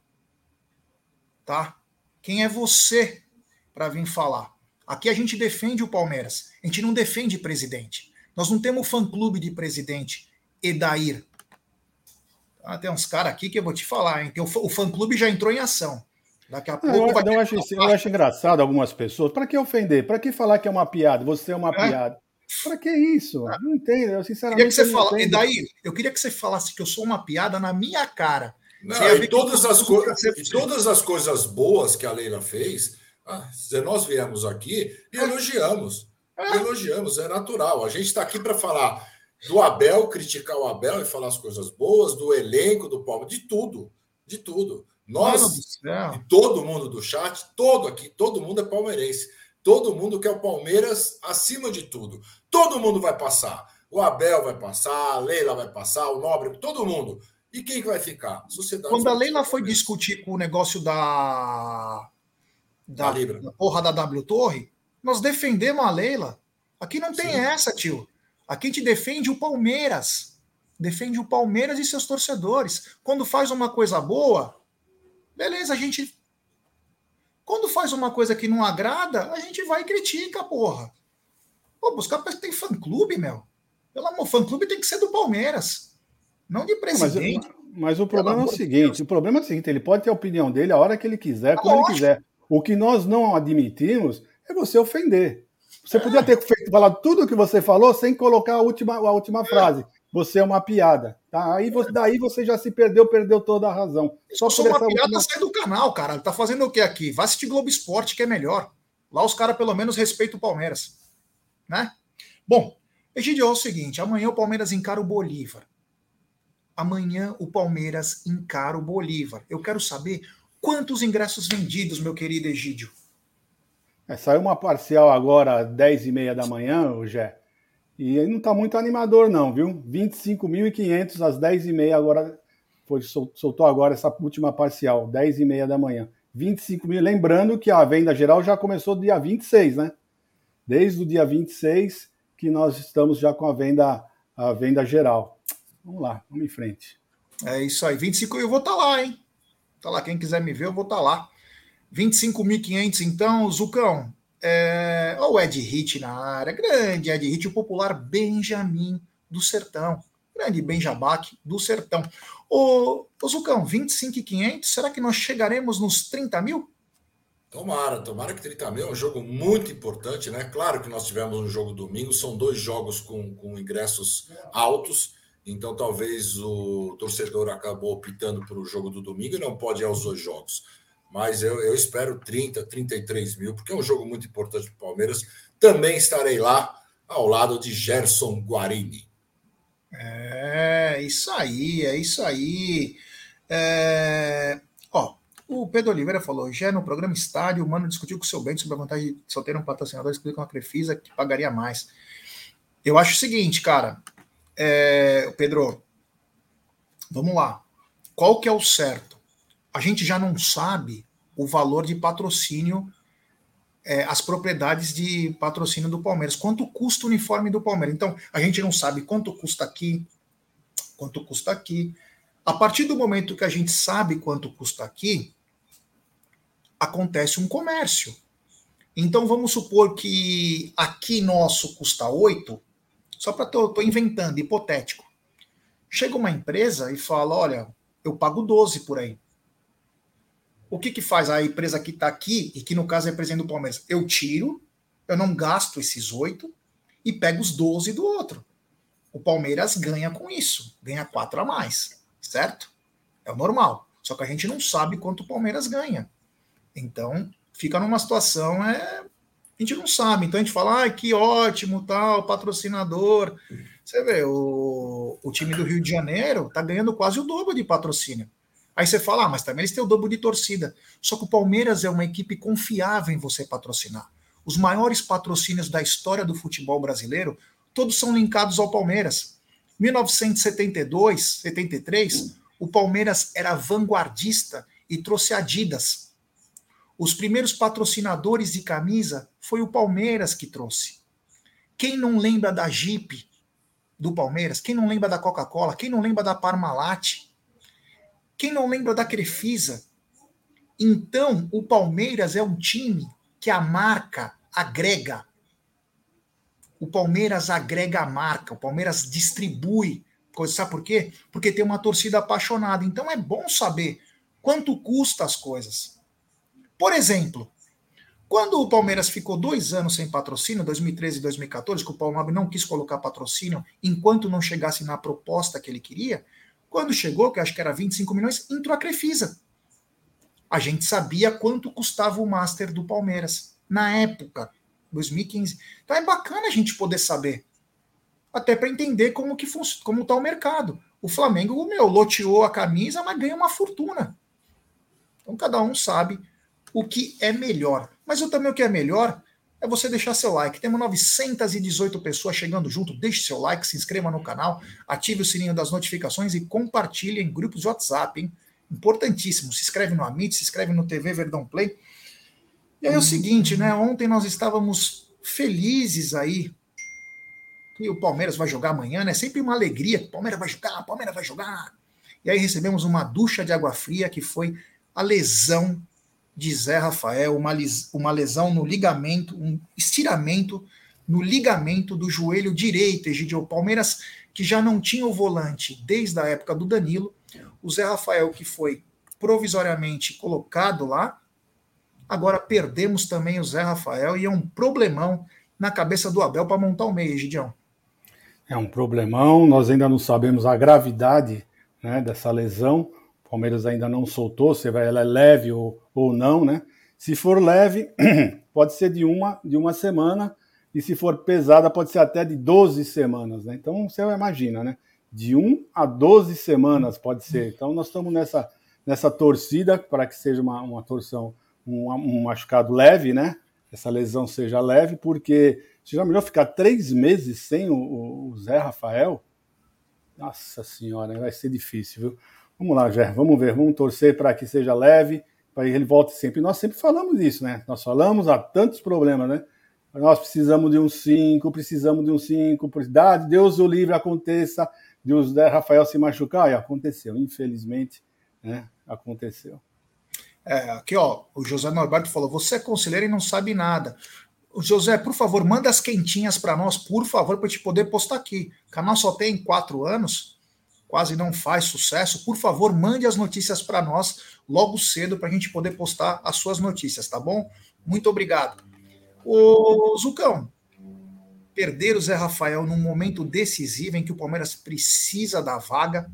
[SPEAKER 1] Tá? Quem é você para vir falar? Aqui a gente defende o Palmeiras. A gente não defende presidente. Nós não temos fã-clube de presidente Edair. Ah, tem uns caras aqui que eu vou te falar, hein? O fã-clube já entrou em ação. Daqui a pouco
[SPEAKER 2] eu,
[SPEAKER 1] vai...
[SPEAKER 2] eu, acho, eu acho engraçado algumas pessoas. Para que ofender? Para que falar que é uma piada? Você é uma é? piada. Para que isso?
[SPEAKER 1] É.
[SPEAKER 2] Não entendo. Eu sinceramente
[SPEAKER 1] queria que você
[SPEAKER 2] não
[SPEAKER 1] fala...
[SPEAKER 2] entendo.
[SPEAKER 1] Daí, eu queria que você falasse que eu sou uma piada na minha cara.
[SPEAKER 3] Não, e todas, as co... e todas as coisas boas que a Leila fez, ah, nós viemos aqui e é. elogiamos. É. E elogiamos, é natural. A gente está aqui para falar do Abel, criticar o Abel e falar as coisas boas, do elenco, do Palmeiras, de tudo. De tudo. Nós, e todo mundo do chat, todo aqui, todo mundo é palmeirense. Todo mundo quer o Palmeiras acima de tudo. Todo mundo vai passar. O Abel vai passar, a Leila vai passar, o Nobre, todo mundo. E quem que vai ficar?
[SPEAKER 1] Sociedade. Quando a Leila foi discutir com o negócio da da, da, da porra da W Torre, nós defendemos a Leila. Aqui não tem Sim. essa, tio. Aqui a gente defende o Palmeiras. Defende o Palmeiras e seus torcedores. Quando faz uma coisa boa, beleza, a gente... Quando faz uma coisa que não agrada, a gente vai e critica, porra. Pô, os caras tem fã-clube, meu. Pelo amor, fã-clube tem que ser do Palmeiras. Não de presidente.
[SPEAKER 2] Mas, mas o problema é o seguinte, Deus. o problema é o seguinte, ele pode ter a opinião dele a hora que ele quiser, quando ele quiser. O que nós não admitimos é você ofender. Você é. podia ter feito, falado tudo o que você falou sem colocar a última, a última é. frase. Você é uma piada. Tá? Aí, você, daí você já se perdeu, perdeu toda a razão.
[SPEAKER 1] Só sou uma piada, última... sai do canal, cara. Tá fazendo o que aqui? Vai assistir Globo Esporte, que é melhor. Lá os caras pelo menos respeitam o Palmeiras. Né? Bom, Egidio, é o seguinte, amanhã o Palmeiras encara o Bolívar. Amanhã o Palmeiras encara o Bolívar. Eu quero saber quantos ingressos vendidos, meu querido Egídio.
[SPEAKER 2] É, saiu uma parcial agora às dez e meia da manhã, Gé. E não está muito animador não, viu? vinte e cinco mil e quinhentos às dez e meia agora. Foi, soltou agora essa última parcial, dez e meia da manhã. vinte e cinco mil. Lembrando que a venda geral já começou dia vinte e seis, né? Desde o dia vinte e seis que nós estamos já com a venda, a venda geral. Vamos lá, vamos em frente.
[SPEAKER 1] É isso aí, vinte e cinco, eu vou estar tá lá, hein? Tá lá, quem quiser me ver, eu vou estar tá lá. vinte e cinco mil e quinhentos, então, Zucão. É... Olha o Ed Hit na área, grande Ed Hit, o popular Benjamin do Sertão. Grande Benjabac do Sertão. Ô, ô Zucão, vinte e cinco mil e quinhentos, será que nós chegaremos nos trinta mil?
[SPEAKER 3] Tomara, tomara que trinta mil é um jogo muito importante, né? Claro que nós tivemos um jogo domingo, são dois jogos com, com ingressos altos. Então, talvez o torcedor acabou optando por o jogo do domingo e não pode ir aos dois jogos. Mas eu, eu espero trinta, trinta e três mil, porque é um jogo muito importante para o Palmeiras. Também estarei lá ao lado de Gerson Guarini.
[SPEAKER 1] É, isso aí, é isso aí. É... Ó, o Pedro Oliveira falou, já no programa Estádio, o Mano discutiu com o seu Bento sobre a vantagem de só ter um patrocinador excluído com a Crefisa que pagaria mais. Eu acho o seguinte, cara... É, Pedro, vamos lá. Qual que é o certo? A gente já não sabe o valor de patrocínio, é, as propriedades de patrocínio do Palmeiras. Quanto custa o uniforme do Palmeiras? Então, a gente não sabe quanto custa aqui, quanto custa aqui. A partir do momento que a gente sabe quanto custa aqui, acontece um comércio. Então, vamos supor que aqui nosso custa oito. Só para tô, tô inventando, hipotético. Chega uma empresa e fala, olha, eu pago doze por aí. O que que faz a empresa que está aqui, e que no caso é a presidente do Palmeiras? Eu tiro, eu não gasto esses oito e pego os doze do outro. O Palmeiras ganha com isso, ganha quatro a mais, certo? É o normal. Só que a gente não sabe quanto o Palmeiras ganha. Então, fica numa situação... É... A gente não sabe, então a gente fala, ah, que ótimo, tal, patrocinador. Você vê, o, o time do Rio de Janeiro tá ganhando quase o dobro de patrocínio. Aí você fala, ah, mas também eles têm o dobro de torcida. Só que o Palmeiras é uma equipe confiável em você patrocinar. Os maiores patrocínios da história do futebol brasileiro, todos são linkados ao Palmeiras. mil novecentos e setenta e dois, setenta e três, o Palmeiras era vanguardista e trouxe Adidas. Os primeiros patrocinadores de camisa foi o Palmeiras que trouxe. Quem não lembra da Jeep do Palmeiras? Quem não lembra da Coca-Cola? Quem não lembra da Parmalat? Quem não lembra da Crefisa? Então, o Palmeiras é um time que a marca agrega. O Palmeiras agrega a marca, o Palmeiras distribui coisa. Sabe por quê? Porque tem uma torcida apaixonada. Então é bom saber quanto custa as coisas. Por exemplo, quando o Palmeiras ficou dois anos sem patrocínio, dois mil e treze e dois mil e quatorze, que o Palmeiras não quis colocar patrocínio enquanto não chegasse na proposta que ele queria, quando chegou, que acho que era vinte e cinco milhões, entrou a Crefisa. A gente sabia quanto custava o Master do Palmeiras na época, dois mil e quinze. Então é bacana a gente poder saber, até para entender como que funciona, como está o mercado. O Flamengo, meu, loteou a camisa, mas ganha uma fortuna. Então cada um sabe o que é melhor. Mas eu também o que é melhor é você deixar seu like. Temos novecentas e dezoito pessoas chegando junto. Deixe seu like, se inscreva no canal, ative o sininho das notificações e compartilhe em grupos de WhatsApp, hein? Importantíssimo. Se inscreve no Amit, se inscreve no T V Verdão Play. E aí é o seguinte, né? Ontem nós estávamos felizes aí que o Palmeiras vai jogar amanhã, né? Sempre uma alegria. O Palmeiras vai jogar, o Palmeiras vai jogar. E aí recebemos uma ducha de água fria que foi a lesão de Zé Rafael, uma, uma lesão no ligamento, um estiramento no ligamento do joelho direito, Egidio. O Palmeiras, que já não tinha o volante desde a época do Danilo, o Zé Rafael, que foi provisoriamente colocado lá, agora perdemos também o Zé Rafael e é um problemão na cabeça do Abel para montar o meio, Egidião.
[SPEAKER 2] É um problemão, nós ainda não sabemos a gravidade, né, dessa lesão. O Palmeiras ainda não soltou se ela é leve ou, ou não, né? Se for leve, pode ser de uma, de uma semana, e se for pesada, pode ser até de doze semanas, né? Então, você imagina, né? De um a doze semanas pode ser. Então, nós estamos nessa, nessa torcida para que seja uma, uma torção, um, um machucado leve, né? Essa lesão seja leve, porque seja melhor ficar três meses sem o, o Zé Rafael. Nossa senhora, vai ser difícil, viu? Vamos lá, Gé, vamos ver, vamos torcer para que seja leve, para que ele volte sempre. Nós sempre falamos disso, né? Nós falamos há tantos problemas, né? Nós precisamos de um cinco, precisamos de um cinco, Deus o livre, aconteça, de o Zé Rafael se machucar, e aconteceu, infelizmente, né? Aconteceu.
[SPEAKER 1] É, aqui, ó, o José Norberto falou, você é conselheiro e não sabe nada. O José, por favor, manda as quentinhas para nós, por favor, para a gente poder postar aqui. O canal só tem quatro anos, quase não faz sucesso. Por favor, mande as notícias para nós logo cedo para a gente poder postar as suas notícias, tá bom? Muito obrigado. Ô, Zucão, perder o Zé Rafael num momento decisivo em que o Palmeiras precisa da vaga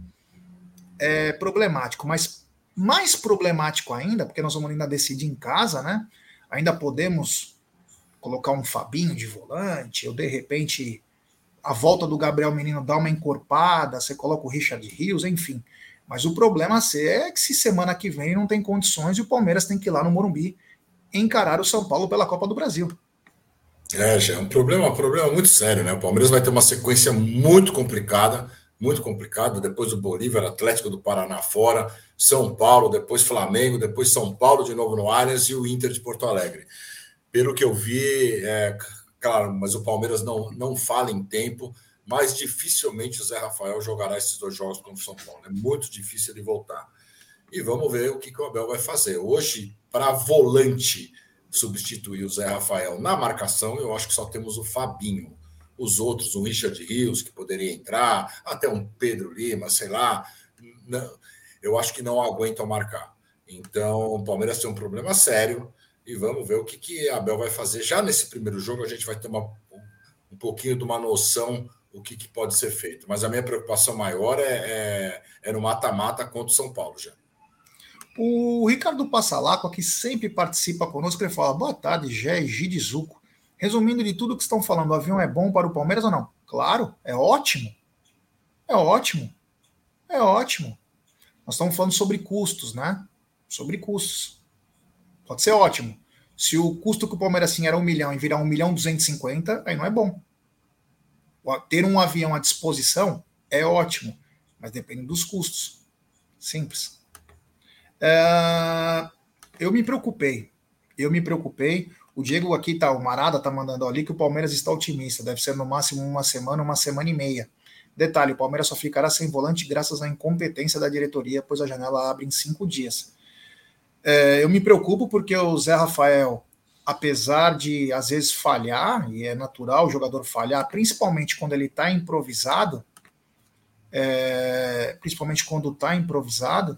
[SPEAKER 1] é problemático, mas mais problemático ainda, porque nós vamos ainda decidir em casa, né? Ainda podemos colocar um Fabinho de volante, ou de repente a volta do Gabriel Menino dá uma encorpada, você coloca o Richard Rios, enfim. Mas o problema é que se semana que vem não tem condições e o Palmeiras tem que ir lá no Morumbi encarar o São Paulo pela Copa do Brasil.
[SPEAKER 3] É, já é um problema, um problema muito sério, né? O Palmeiras vai ter uma sequência muito complicada, muito complicada, depois do Bolívar, Atlético do Paraná fora, São Paulo, depois Flamengo, depois São Paulo de novo no Allianz e o Inter de Porto Alegre. Pelo que eu vi, é, claro, mas o Palmeiras não, não fala em tempo, mas dificilmente o Zé Rafael jogará esses dois jogos contra o São Paulo. É muito difícil ele voltar. E vamos ver o que, que o Abel vai fazer. Hoje, para volante substituir o Zé Rafael na marcação, eu acho que só temos o Fabinho. Os outros, o Richard Rios, que poderia entrar, até um Pedro Lima, sei lá, não, eu acho que não aguentam marcar. Então, o Palmeiras tem um problema sério e vamos ver o que, que a Abel vai fazer. Já nesse primeiro jogo, a gente vai ter uma, um pouquinho de uma noção do que, que pode ser feito. Mas a minha preocupação maior é, é, é no mata-mata contra o São Paulo, já.
[SPEAKER 1] O Ricardo Passalacqua, que sempre participa conosco, ele fala, boa tarde, Gé e Gidizuco. Resumindo de tudo que estão falando, o avião é bom para o Palmeiras ou não? Claro, é ótimo. É ótimo. É ótimo. Nós estamos falando sobre custos, né? Sobre custos. Pode ser ótimo. Se o custo que o Palmeiras tinha era um milhão e virar um milhão duzentos e cinquenta, aí não é bom. Ter um avião à disposição é ótimo, mas depende dos custos. Simples. É... Eu me preocupei. eu me preocupei. O Diego aqui tá, o Marada tá mandando ali que o Palmeiras está otimista, deve ser no máximo uma semana, uma semana e meia. Detalhe, o Palmeiras só ficará sem volante graças à incompetência da diretoria, pois a janela abre em cinco dias. É, eu me preocupo porque o Zé Rafael, apesar de às vezes falhar, e é natural o jogador falhar, principalmente quando ele está improvisado, é, principalmente quando está improvisado,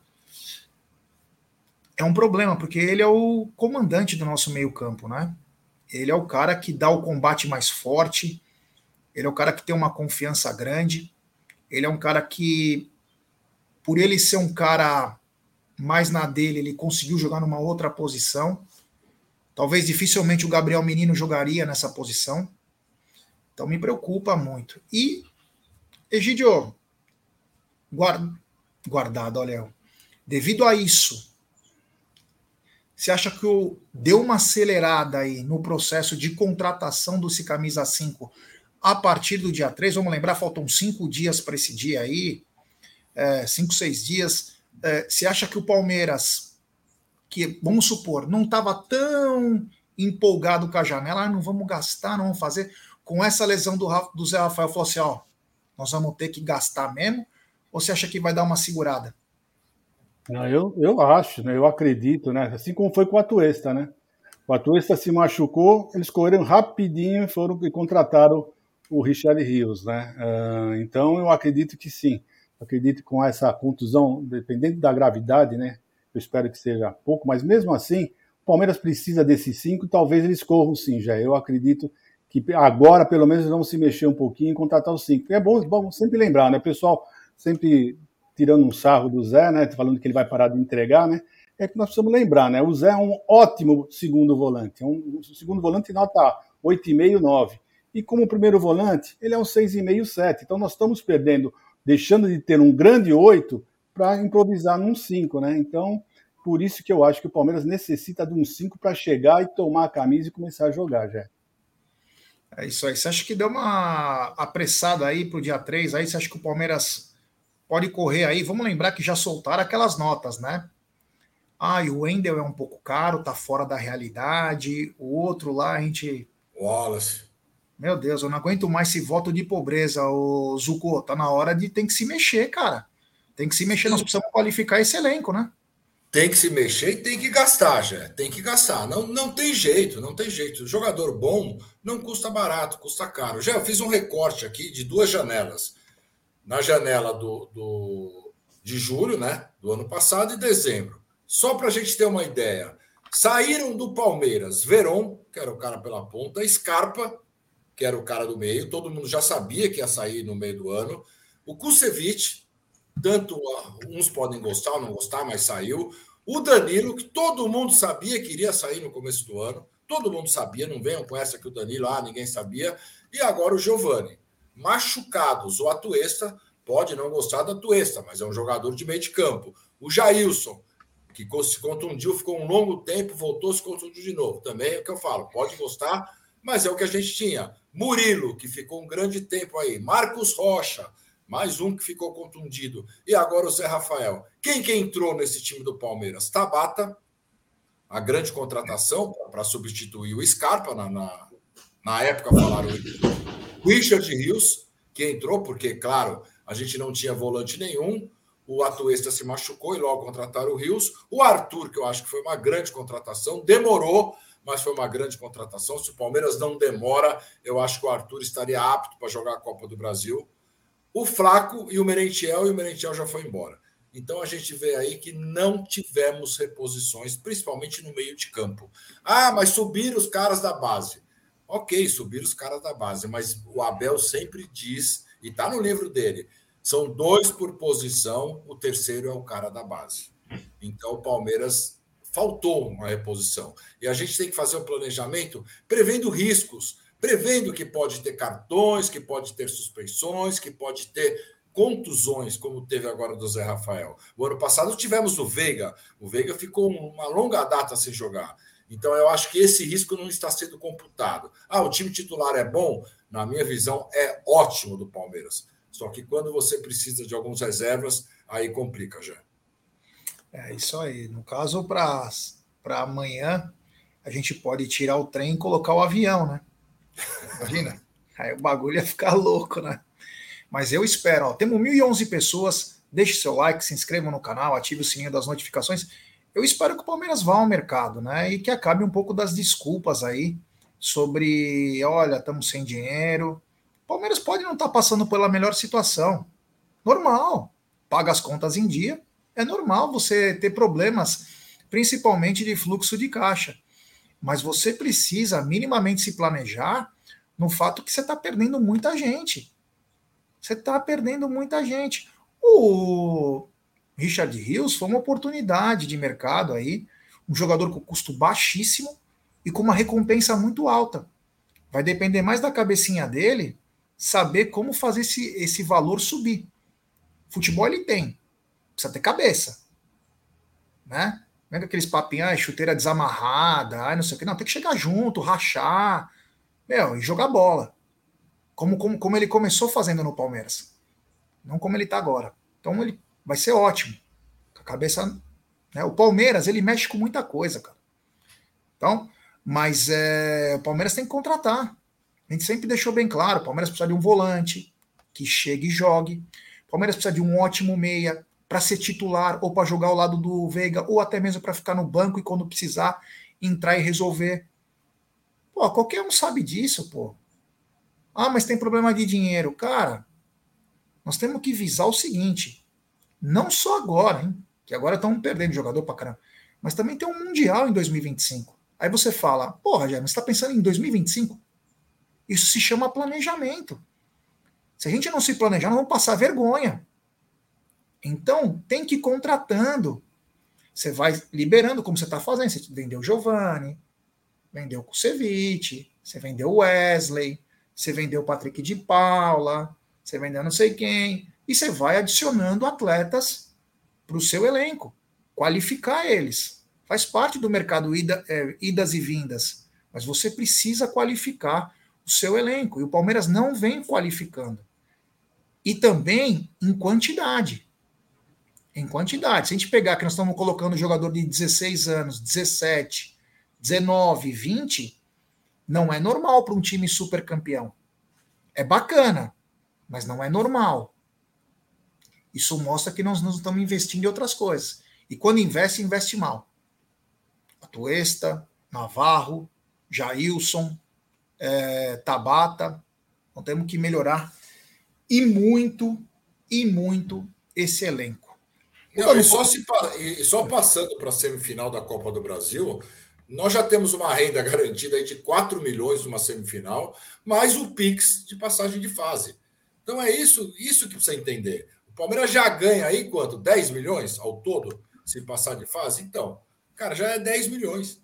[SPEAKER 1] é um problema, porque ele é o comandante do nosso meio-campo, né? Ele é o cara que dá o combate mais forte, ele é o cara que tem uma confiança grande, ele é um cara que, por ele ser um cara mais na dele, ele conseguiu jogar numa outra posição. Talvez dificilmente o Gabriel Menino jogaria nessa posição. Então me preocupa muito. E, Egidio, guardado, olha, devido a isso, você acha que o, deu uma acelerada aí no processo de contratação do Camisa cinco a partir do dia três? Vamos lembrar, faltam cinco dias para esse dia aí, é, cinco, seis dias. É, você acha que o Palmeiras, que, vamos supor, não estava tão empolgado com a janela, ah, não vamos gastar, não vamos fazer, com essa lesão do, do Zé Rafael, falou assim, ó, nós vamos ter que gastar mesmo, ou você acha que vai dar uma segurada?
[SPEAKER 2] Não, eu, eu acho, né? Eu acredito, né? Assim como foi com o Atuesta, né? O Atuesta se machucou, eles correram rapidinho e foram e contrataram o Richard Rios, né? Uh, então eu acredito que sim. Eu acredito que com essa contusão, dependendo da gravidade, né? Eu espero que seja pouco, mas mesmo assim, o Palmeiras precisa desses cinco, talvez eles corram sim, já. Eu acredito que agora, pelo menos, vão se mexer um pouquinho e contratar os cinco. É bom, bom sempre lembrar, né? O pessoal sempre tirando um sarro do Zé, né, falando que ele vai parar de entregar, né, é que nós precisamos lembrar, né, o Zé é um ótimo segundo volante, é um, um segundo volante nota oito e meio, nove, e como primeiro volante, ele é um seis e meio, sete, então nós estamos perdendo, deixando de ter um grande oito para improvisar num cinco, né, então por isso que eu acho que o Palmeiras necessita de um cinco para chegar e tomar a camisa e começar a jogar, já.
[SPEAKER 1] É isso aí, você acha que deu uma apressada aí pro dia três, aí você acha que o Palmeiras pode correr aí? Vamos lembrar que já soltaram aquelas notas, né? Ah, e o Wendel é um pouco caro, tá fora da realidade. O outro lá, a gente...
[SPEAKER 3] Wallace.
[SPEAKER 1] Meu Deus, eu não aguento mais esse voto de pobreza, o Zucco. Tá na hora de... Tem que se mexer, cara. Tem que se mexer, nós precisamos qualificar esse elenco, né?
[SPEAKER 3] Tem que se mexer e tem que gastar, já. Tem que gastar. Não, não tem jeito, não tem jeito. O jogador bom não custa barato, custa caro. Já eu fiz um recorte aqui de duas janelas. Na janela do, do, de julho, né, do ano passado, e dezembro. Só para a gente ter uma ideia. Saíram do Palmeiras Veron, que era o cara pela ponta, Scarpa, que era o cara do meio, todo mundo já sabia que ia sair no meio do ano, o Kusevich, tanto uns podem gostar ou não gostar, mas saiu, o Danilo, que todo mundo sabia que iria sair no começo do ano, todo mundo sabia, não venham com essa que o Danilo, ah, ninguém sabia, e agora o Giovani. Machucados, o Atuesta pode não gostar do Atuesta, mas é um jogador de meio de campo. O Jailson, que se contundiu, ficou um longo tempo, voltou, se contundiu de novo. Também é o que eu falo, pode gostar, mas é o que a gente tinha. Murilo, que ficou um grande tempo aí. Marcos Rocha, mais um que ficou contundido. E agora o Zé Rafael. Quem que entrou nesse time do Palmeiras? Tabata, a grande contratação para substituir o Scarpa, na, na, na época falaram isso. Richard Rios, que entrou, porque, claro, a gente não tinha volante nenhum. O Atuesta se machucou e logo contrataram o Rios. O Arthur, que eu acho que foi uma grande contratação, demorou, mas foi uma grande contratação. Se o Palmeiras não demora, eu acho que o Arthur estaria apto para jogar a Copa do Brasil. O Flaco e o Merentiel, e o Merentiel já foi embora. Então a gente vê aí que não tivemos reposições, principalmente no meio de campo. Ah, mas subiram os caras da base. Ok, subiram os caras da base, mas o Abel sempre diz, e está no livro dele, são dois por posição, o terceiro é o cara da base. Então o Palmeiras faltou uma reposição. E a gente tem que fazer um planejamento prevendo riscos, prevendo que pode ter cartões, que pode ter suspensões, que pode ter contusões, como teve agora do Zé Rafael. O ano passado tivemos o Veiga. O Veiga ficou uma longa data sem jogar. Então, eu acho que esse risco não está sendo computado. Ah, o time titular é bom? Na minha visão, é ótimo do Palmeiras. Só que quando você precisa de algumas reservas, aí complica já.
[SPEAKER 1] É isso aí. No caso, para amanhã, a gente pode tirar o trem e colocar o avião, né? Imagina? Aí o bagulho ia ficar louco, né? Mas eu espero, ó, temos mil e onze pessoas, deixe seu like, se inscreva no canal, ative o sininho das notificações. Eu espero que o Palmeiras vá ao mercado, né? E que acabe um pouco das desculpas aí sobre, olha, estamos sem dinheiro. O Palmeiras pode não estar passando pela melhor situação. Normal. Paga as contas em dia. É normal você ter problemas, principalmente de fluxo de caixa. Mas você precisa minimamente se planejar no fato que você está perdendo muita gente. Você está perdendo muita gente. O Richard Rios foi uma oportunidade de mercado aí, um jogador com custo baixíssimo e com uma recompensa muito alta. Vai depender mais da cabecinha dele saber como fazer esse, esse valor subir. Futebol ele tem, precisa ter cabeça, né? Não é aqueles papinhos, ah, chuteira desamarrada, ah, não sei o que, não, tem que chegar junto, rachar, meu, e jogar bola. Como, como, como ele começou fazendo no Palmeiras. Não como ele está agora. Então ele vai ser ótimo. Com a cabeça. Né? O Palmeiras, ele mexe com muita coisa, cara. Então, mas é, o Palmeiras tem que contratar. A gente sempre deixou bem claro: o Palmeiras precisa de um volante que chegue e jogue. O Palmeiras precisa de um ótimo meia para ser titular, ou para jogar ao lado do Veiga, ou até mesmo para ficar no banco e quando precisar entrar e resolver. Pô, qualquer um sabe disso, pô. Ah, mas tem problema de dinheiro. Cara, nós temos que visar o seguinte, não só agora, hein, que agora estão perdendo jogador pra caramba, mas também tem um Mundial em dois mil e vinte e cinco. Aí você fala, porra, Jair, você está pensando em dois mil e vinte e cinco? Isso se chama planejamento. Se a gente não se planejar, nós vamos passar vergonha. Então, tem que ir contratando. Você vai liberando, como você está fazendo. Você vendeu o Giovani, vendeu o Kusevich, você vendeu o Wesley, você vendeu o Patrick de Paula, você vendeu não sei quem, e você vai adicionando atletas para o seu elenco, qualificar eles. Faz parte do mercado ida, é, idas e vindas, mas você precisa qualificar o seu elenco, e o Palmeiras não vem qualificando. E também em quantidade. Em quantidade. Se a gente pegar que nós estamos colocando jogador de dezesseis anos, dezessete, dezenove, vinte, não é normal para um time super campeão. É bacana, mas não é normal. Isso mostra que nós não estamos investindo em outras coisas. E quando investe, investe mal. Atuesta, Navarro, Jailson, é, Tabata. Então temos que melhorar e muito, e muito esse elenco.
[SPEAKER 3] Não, e, só se, e só passando para a semifinal da Copa do Brasil, nós já temos uma renda garantida aí de quatro milhões numa semifinal, mais o Pix de passagem de fase. Então é isso, isso que precisa entender. O Palmeiras já ganha aí quanto? dez milhões ao todo, se passar de fase? Então, cara, já é dez milhões.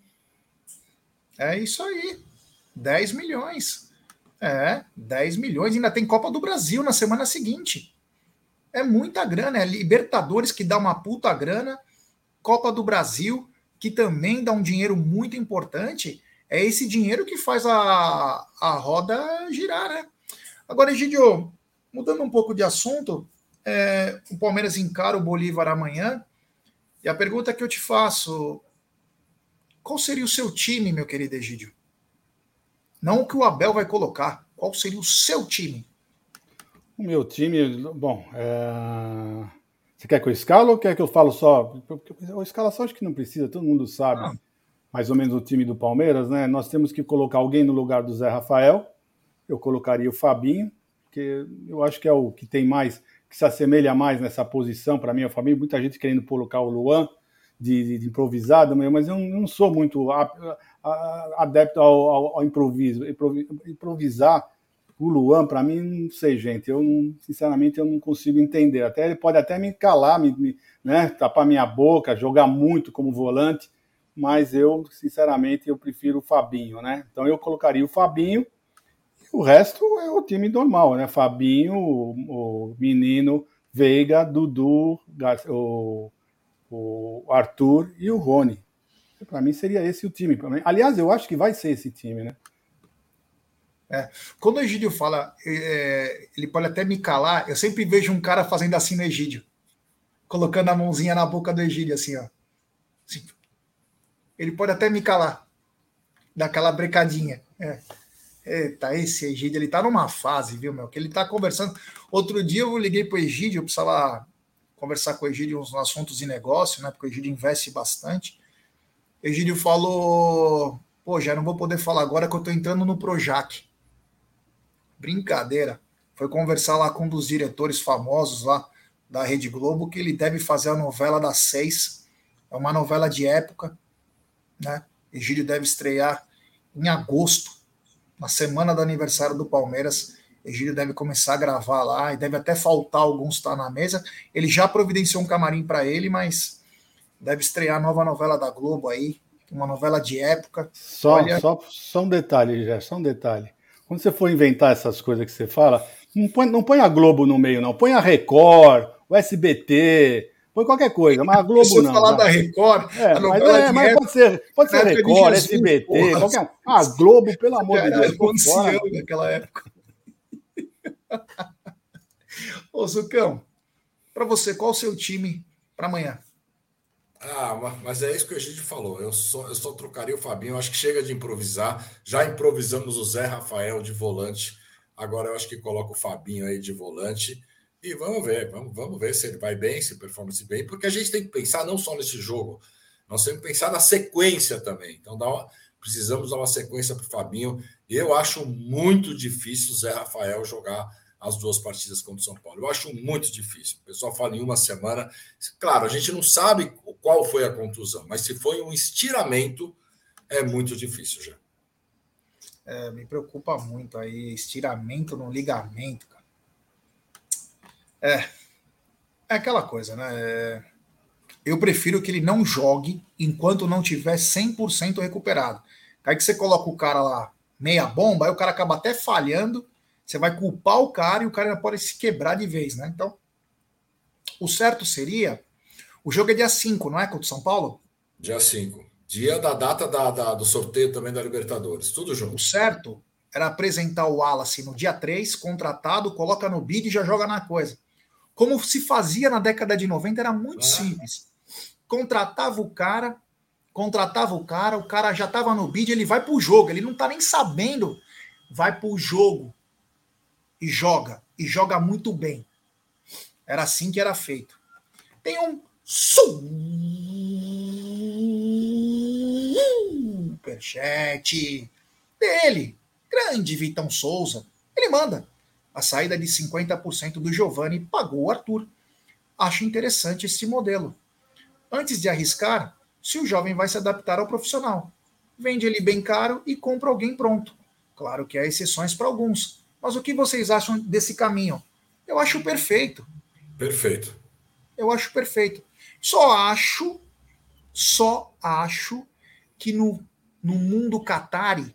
[SPEAKER 1] É isso aí. dez milhões. É, dez milhões. Ainda tem Copa do Brasil na semana seguinte. É muita grana. É Libertadores que dá uma puta grana. Copa do Brasil, que também dá um dinheiro muito importante. É esse dinheiro que faz a, a roda girar, né? Agora, Egidio, mudando um pouco de assunto, é, o Palmeiras encara o Bolívar amanhã. E a pergunta que eu te faço, qual seria o seu time, meu querido Egidio? Não o que o Abel vai colocar. Qual seria o seu time?
[SPEAKER 2] O meu time, bom, é... você quer que eu escalo ou quer que eu falo só? O escalação acho que não precisa, todo mundo sabe ah. mais ou menos o time do Palmeiras, né? Nós temos que colocar alguém no lugar do Zé Rafael. Eu colocaria o Fabinho, que eu acho que é o que tem mais, que se assemelha mais nessa posição para mim, é o Fabinho. Muita gente querendo colocar o Luan de, de, de improvisado, mas eu não sou muito adepto ao, ao, ao improviso. Improvisar o Luan, para mim, não sei, gente. Eu, não, sinceramente, eu não consigo entender. Até ele pode até me calar, me, me, né, tapar minha boca, jogar muito como volante, mas eu, sinceramente, eu prefiro o Fabinho, né? Então eu colocaria o Fabinho. O resto é o time normal, né? Fabinho, o, o menino, Veiga, Dudu, o, o Arthur e o Rony. Para mim seria esse o time. Aliás, eu acho que vai ser esse time, né?
[SPEAKER 1] É. Quando o Egídio fala, é, ele pode até me calar, eu sempre vejo um cara fazendo assim no Egídio, colocando a mãozinha na boca do Egídio, assim, ó. Assim. Ele pode até me calar, daquela brecadinha. É. Eita, esse Egídio, ele tá numa fase, viu, meu? Que ele tá conversando. Outro dia eu liguei pro Egídio, eu precisava conversar com o Egídio uns assuntos de negócio, né? Porque o Egídio investe bastante. O Egídio falou: pô, já não vou poder falar agora que eu tô entrando no Projac. Brincadeira. Foi conversar lá com um dos diretores famosos lá da Rede Globo, que ele deve fazer a novela das seis. É uma novela de época, né? Egídio deve estrear em agosto, na semana do aniversário do Palmeiras. Egídio deve começar a gravar lá e deve até faltar alguns estar na mesa. Ele já providenciou um camarim para ele, mas deve estrear a nova novela da Globo aí, uma novela de época.
[SPEAKER 2] Só,
[SPEAKER 1] Olha...
[SPEAKER 2] só, só um detalhe, já, só um detalhe. Quando você for inventar essas coisas que você fala, não põe, não põe a Globo no meio, não. Põe a Record, o S B T, põe qualquer coisa, mas a Globo
[SPEAKER 1] Se eu
[SPEAKER 2] não.
[SPEAKER 1] falar
[SPEAKER 2] Não.
[SPEAKER 1] da Record,
[SPEAKER 2] é,
[SPEAKER 1] a
[SPEAKER 2] mas, é, mas pode ser, pode ser Record, Jesus, S B T, porra, qualquer um. Ah, Globo, pelo amor de Deus.
[SPEAKER 1] Era ancião naquela época. Ô, Zucão, para você, qual o seu time para amanhã?
[SPEAKER 3] Ah, mas é isso que a gente falou. Eu só, eu só trocaria o Fabinho. Eu acho que chega de improvisar. Já improvisamos o Zé Rafael de volante. Agora eu acho que coloca o Fabinho aí de volante. E vamos ver, vamos, vamos ver se ele vai bem, se performance bem, porque a gente tem que pensar não só nesse jogo, nós temos que pensar na sequência também. Então dá uma, precisamos dar uma sequência para o Fabinho. Eu acho muito difícil o Zé Rafael jogar as duas partidas contra o São Paulo. Eu acho muito difícil. O pessoal fala em uma semana. Claro, a gente não sabe qual foi a contusão, mas se foi um estiramento, é muito difícil já.
[SPEAKER 1] É, me preocupa muito aí, estiramento no ligamento, cara. É, é aquela coisa, né? Eu prefiro que ele não jogue enquanto não tiver cem por cento recuperado. Aí que você coloca o cara lá meia bomba, aí o cara acaba até falhando, você vai culpar o cara e o cara ainda pode se quebrar de vez, né? Então, o certo seria... O jogo é dia cinco, não é, contra o São Paulo?
[SPEAKER 3] Dia cinco. Dia da data da, da, do sorteio também da Libertadores. Tudo junto.
[SPEAKER 1] O certo era apresentar o Wallace no dia três, contratado, coloca no bid e já joga na coisa. Como se fazia na década de noventa, era muito ah. simples. Contratava o cara, contratava o cara, o cara já estava no bid, ele vai pro jogo, ele não tá nem sabendo, vai pro jogo e joga, e joga muito bem. Era assim que era feito. Tem um superchat dele, grande Vitão Souza. Ele manda. A saída de cinquenta por cento do Giovani pagou o Arthur. Acho interessante esse modelo. Antes de arriscar, se o jovem vai se adaptar ao profissional. Vende ele bem caro e compra alguém pronto. Claro que há exceções para alguns. Mas o que vocês acham desse caminho? Eu acho perfeito.
[SPEAKER 3] Perfeito.
[SPEAKER 1] Eu acho perfeito. Só acho, só acho que no, no mundo Qatari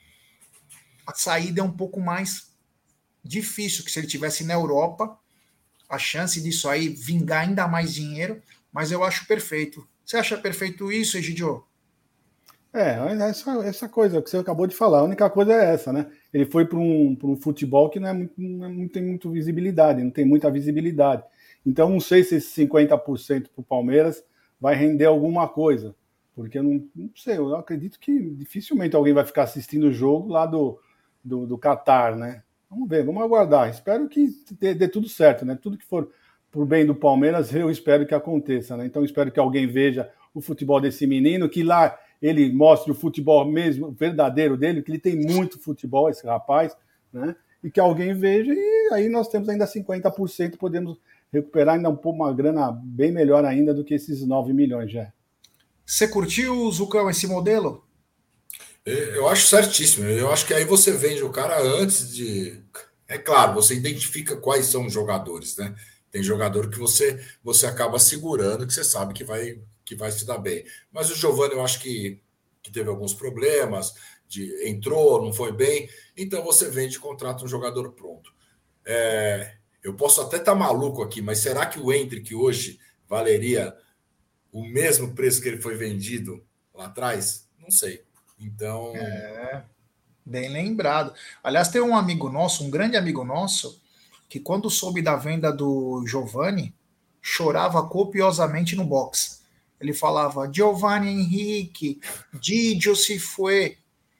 [SPEAKER 1] a saída é um pouco mais difícil, que se ele tivesse na Europa, a chance disso aí vingar ainda mais dinheiro, mas eu acho perfeito. Você acha perfeito isso, Egidio?
[SPEAKER 2] É, essa, essa coisa que você acabou de falar, a única coisa é essa, né? Ele foi para um, um futebol que não, é muito, não tem muita visibilidade, não tem muita visibilidade. Então, não sei se esse cinquenta por cento para o Palmeiras vai render alguma coisa, porque eu não, não sei, eu acredito que dificilmente alguém vai ficar assistindo o jogo lá do, do, do Catar, né? Vamos ver, vamos aguardar. Espero que dê, dê tudo certo, né? Tudo que for por bem do Palmeiras, eu espero que aconteça, né? Então, espero que alguém veja o futebol desse menino, que lá ele mostre o futebol mesmo, verdadeiro dele, que ele tem muito futebol, esse rapaz, né? E que alguém veja, e aí nós temos ainda cinquenta por cento, podemos recuperar ainda um pouco, uma grana bem melhor ainda do que esses nove milhões já.
[SPEAKER 1] Você curtiu, Zucão, esse modelo?
[SPEAKER 3] Eu acho certíssimo. Eu acho que aí você vende o cara antes de... É claro, você identifica quais são os jogadores, né? Tem jogador que você, você acaba segurando, que você sabe que vai, que vai se dar bem. Mas o Giovani, eu acho que, que teve alguns problemas, de, entrou, não foi bem. Então você vende e contrata um jogador pronto. É... Eu posso até estar maluco aqui, mas será que o Endrick hoje valeria o mesmo preço que ele foi vendido lá atrás? Não sei. Então...
[SPEAKER 1] É, bem lembrado. Aliás, tem um amigo nosso, um grande amigo nosso, que quando soube da venda do Giovani, chorava copiosamente no box. Ele falava, Giovani Henrique, Didio se foi.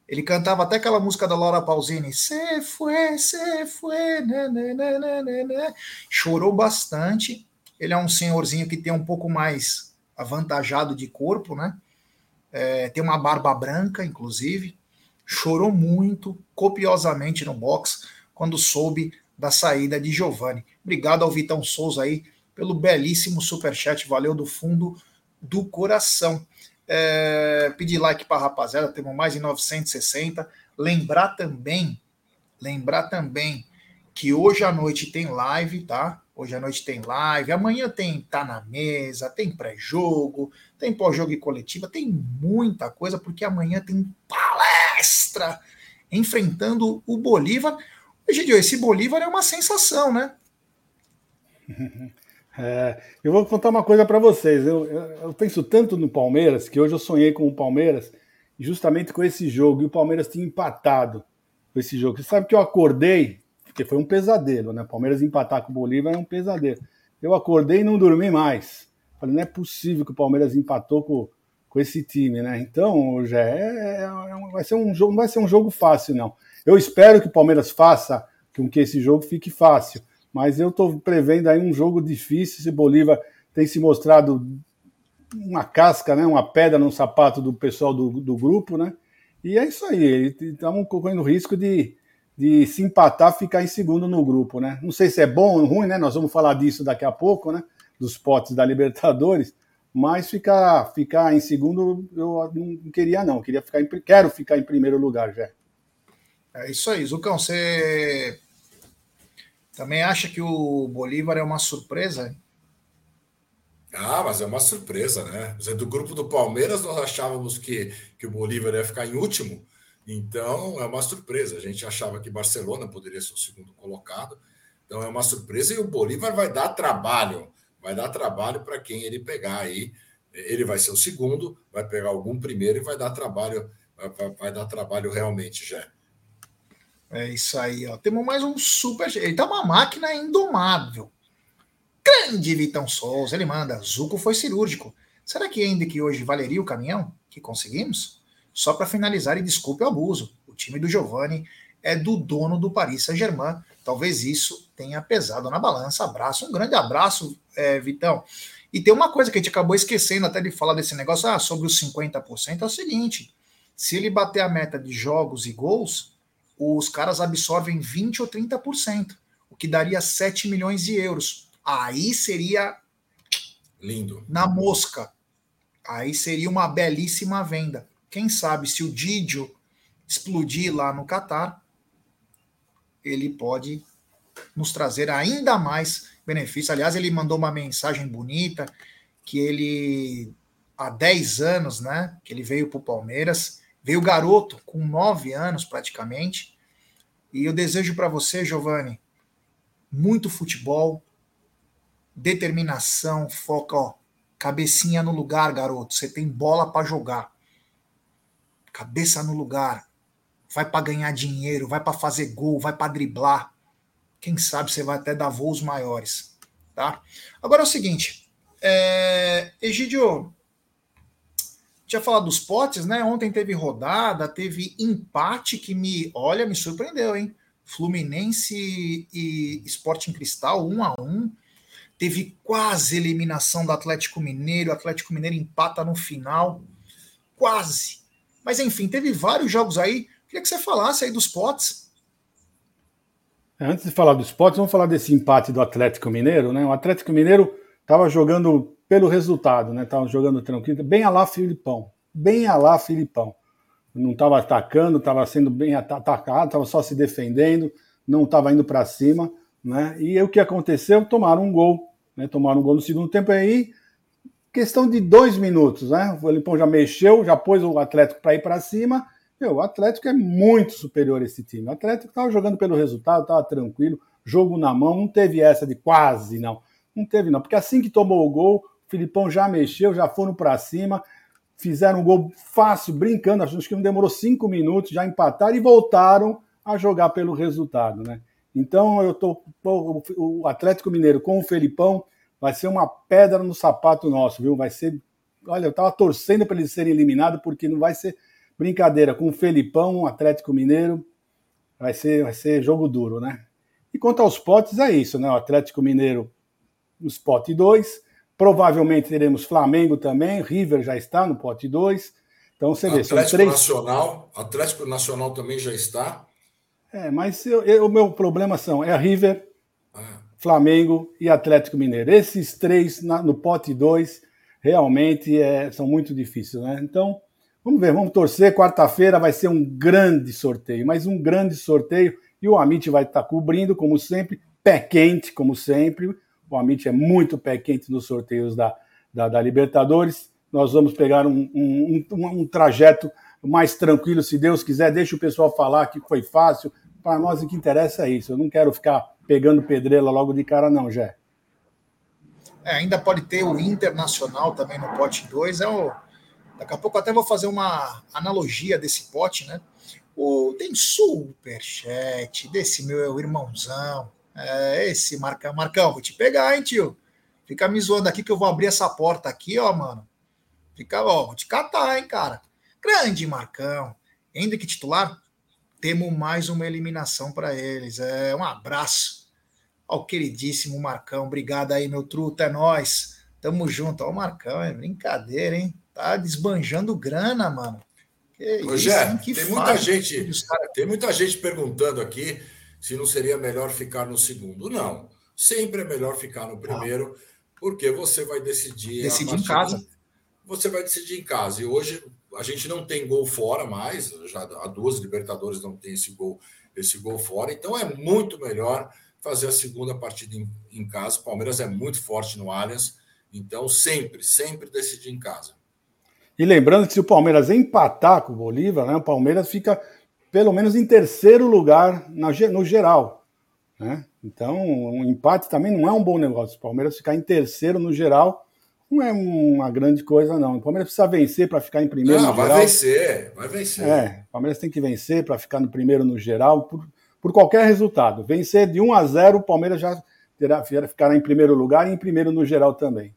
[SPEAKER 1] Ele cantava até aquela música da Laura Pausini, se foi, se foi, né, né, né, né, né. Chorou bastante. Ele é um senhorzinho que tem um pouco mais avantajado de corpo, né? É, tem uma barba branca, inclusive. Chorou muito, copiosamente no box, quando soube da saída de Giovani. Obrigado ao Vitão Souza aí pelo belíssimo superchat, valeu do fundo do coração. É, pedir like para a rapaziada, temos mais de novecentos e sessenta. Lembrar também, lembrar também que hoje à noite tem live, tá? Hoje à noite tem live, amanhã tem Tá na Mesa, tem pré-jogo, tem pós-jogo e coletiva, tem muita coisa, porque amanhã tem palestra enfrentando o Bolívar. Egidio, esse Bolívar é uma sensação, né?
[SPEAKER 2] É, eu vou contar uma coisa para vocês. Eu, eu, eu penso tanto no Palmeiras, que hoje eu sonhei com o Palmeiras, justamente com esse jogo, e o Palmeiras tinha empatado com esse jogo. Você sabe que eu acordei, porque foi um pesadelo, né? O Palmeiras empatar com o Bolívar é um pesadelo. Eu acordei e não dormi mais. Falei, não é possível que o Palmeiras empatou com, com esse time, né? Então, já é, é, vai ser um jogo, não vai ser um jogo fácil, não. Eu espero que o Palmeiras faça com que esse jogo fique fácil. Mas eu estou prevendo aí um jogo difícil. Esse Bolívar tem se mostrado uma casca, né, uma pedra no sapato do pessoal do, do grupo, né? E é isso aí. Estamos correndo risco de, de se empatar, ficar em segundo no grupo, né? Não sei se é bom ou ruim, né? Nós vamos falar disso daqui a pouco, né? Dos potes da Libertadores. Mas ficar, ficar em segundo eu não queria, não. Queria ficar em, quero ficar em primeiro lugar, já.
[SPEAKER 1] É isso aí, Zucão. Você também acha que o Bolívar é uma surpresa?
[SPEAKER 3] Ah, mas é uma surpresa, né? Do grupo do Palmeiras, nós achávamos que, que o Bolívar ia ficar em último, então é uma surpresa. A gente achava que Barcelona poderia ser o segundo colocado, então é uma surpresa e o Bolívar vai dar trabalho, vai dar trabalho para quem ele pegar aí. Ele vai ser o segundo, vai pegar algum primeiro e vai dar trabalho, vai, vai dar trabalho realmente, já.
[SPEAKER 1] É isso aí, ó. Temos mais um super. Ele tá uma máquina indomável. Grande Vitão Souza, ele manda. Zuco foi cirúrgico. Será que ainda que hoje valeria o caminhão que conseguimos? Só para finalizar, e desculpe o abuso, o time do Giovani é do dono do Paris Saint-Germain. Talvez isso tenha pesado na balança. Abraço, um grande abraço, é, Vitão. E tem uma coisa que a gente acabou esquecendo até de falar desse negócio, ah, sobre os cinquenta por cento, é o seguinte: se ele bater a meta de jogos e gols, os caras absorvem vinte ou trinta por cento, o que daria sete milhões de euros. Aí seria
[SPEAKER 3] lindo.
[SPEAKER 1] Na mosca. Aí seria uma belíssima venda. Quem sabe se o Didio explodir lá no Catar, ele pode nos trazer ainda mais benefícios. Aliás, ele mandou uma mensagem bonita, que ele, há dez anos, né, que ele veio para o Palmeiras, veio garoto, com nove anos praticamente, e eu desejo para você, Giovani, muito futebol, determinação, foco, ó, cabecinha no lugar, garoto, você tem bola para jogar, cabeça no lugar, vai para ganhar dinheiro, vai para fazer gol, vai para driblar, quem sabe você vai até dar voos maiores, tá? Agora é o seguinte, é, Egidio, tinha falado dos potes, né? Ontem teve rodada, teve empate que me, olha, me surpreendeu, hein? Fluminense e Sporting Cristal, um a um. Teve quase eliminação do Atlético Mineiro, o Atlético Mineiro empata no final, quase. Mas enfim, teve vários jogos aí. Queria que você falasse aí dos potes.
[SPEAKER 2] Antes de falar dos potes, vamos falar desse empate do Atlético Mineiro, né? O Atlético Mineiro estava jogando pelo resultado, né? Tava jogando tranquilo, bem a lá Filipão, bem a lá Filipão. Não estava atacando, estava sendo bem atacado, estava só se defendendo, não estava indo para cima, né? E aí, o que aconteceu? Tomaram um gol, né? Tomaram um gol no segundo tempo aí, questão de dois minutos, né? O Filipão já mexeu, já pôs o Atlético para ir para cima. Meu, o Atlético é muito superior a esse time. O Atlético estava jogando pelo resultado, estava tranquilo, jogo na mão, não teve essa de quase, não. Não teve, não, porque assim que tomou o gol, o Filipão já mexeu, já foram para cima, fizeram um gol fácil, brincando, acho que não demorou cinco minutos, já empataram e voltaram a jogar pelo resultado, né? Então, eu tô, o Atlético Mineiro com o Felipão vai ser uma pedra no sapato nosso, viu? Vai ser, olha, eu tava torcendo para eles serem eliminados, porque não vai ser, brincadeira com o Felipão, Atlético Mineiro, vai ser, vai ser jogo duro, né? E quanto aos potes, é isso, né? O Atlético Mineiro nos pote dois, provavelmente teremos Flamengo também, River já está no pote dois, então você vê,
[SPEAKER 3] Atlético
[SPEAKER 2] são três...
[SPEAKER 3] Nacional, Atlético Nacional também já está.
[SPEAKER 2] É, mas eu, eu, o meu problema são é a River, ah. Flamengo e Atlético Mineiro. Esses três na, no pote dois realmente é, são muito difíceis, né? Então, vamos ver, vamos torcer. Quarta-feira vai ser um grande sorteio, mas um grande sorteio. E o Amit vai estar cobrindo, como sempre, pé quente, como sempre. O Amit é muito pé quente nos sorteios da, da, da Libertadores. Nós vamos pegar um, um, um, um trajeto mais tranquilo, se Deus quiser. Deixa o pessoal falar que foi fácil. Para nós o que interessa é isso. Eu não quero ficar pegando pedreira logo de cara, não, Jé.
[SPEAKER 1] É, ainda pode ter o Internacional também no pote dois. É o... Daqui a pouco eu até vou fazer uma analogia desse pote, né? O... Tem superchat desse meu irmãozão. É, esse Marcão. Marcão, vou te pegar, hein, tio? Fica me zoando aqui que eu vou abrir essa porta aqui, ó, mano. Fica, ó, vou te catar, hein, cara. Grande Marcão. Hendrick titular? Temos mais uma eliminação para eles. É, um abraço ao queridíssimo Marcão. Obrigado aí, meu truta. É nóis. Tamo junto. Ó, o Marcão, é brincadeira, hein? Tá desbanjando grana, mano.
[SPEAKER 3] Que Ô, isso, Jé, que tem muita gente, tem muita gente perguntando aqui se não seria melhor ficar no segundo. Não. Sempre é melhor ficar no primeiro, não. Porque você vai decidir.
[SPEAKER 1] Decidir em casa.
[SPEAKER 3] De... Você vai decidir em casa. E hoje a gente não tem gol fora mais. Já há duas Libertadores não tem esse gol, esse gol fora. Então é muito melhor fazer a segunda partida em, em casa. O Palmeiras é muito forte no Allianz. Então sempre, sempre decidir em casa.
[SPEAKER 2] E lembrando que se o Palmeiras empatar com o Bolívar, né, o Palmeiras fica pelo menos em terceiro lugar na, no geral. Né? Então, um empate também não é um bom negócio. O Palmeiras ficar em terceiro no geral não é uma grande coisa, não. O Palmeiras precisa vencer para ficar em primeiro
[SPEAKER 3] não,
[SPEAKER 2] no
[SPEAKER 3] vai
[SPEAKER 2] geral.
[SPEAKER 3] Vai vencer, vai vencer.
[SPEAKER 2] É, o Palmeiras tem que vencer para ficar no primeiro no geral, por, por qualquer resultado. Vencer de um a zero, o Palmeiras já terá, ficará em primeiro lugar e em primeiro no geral também.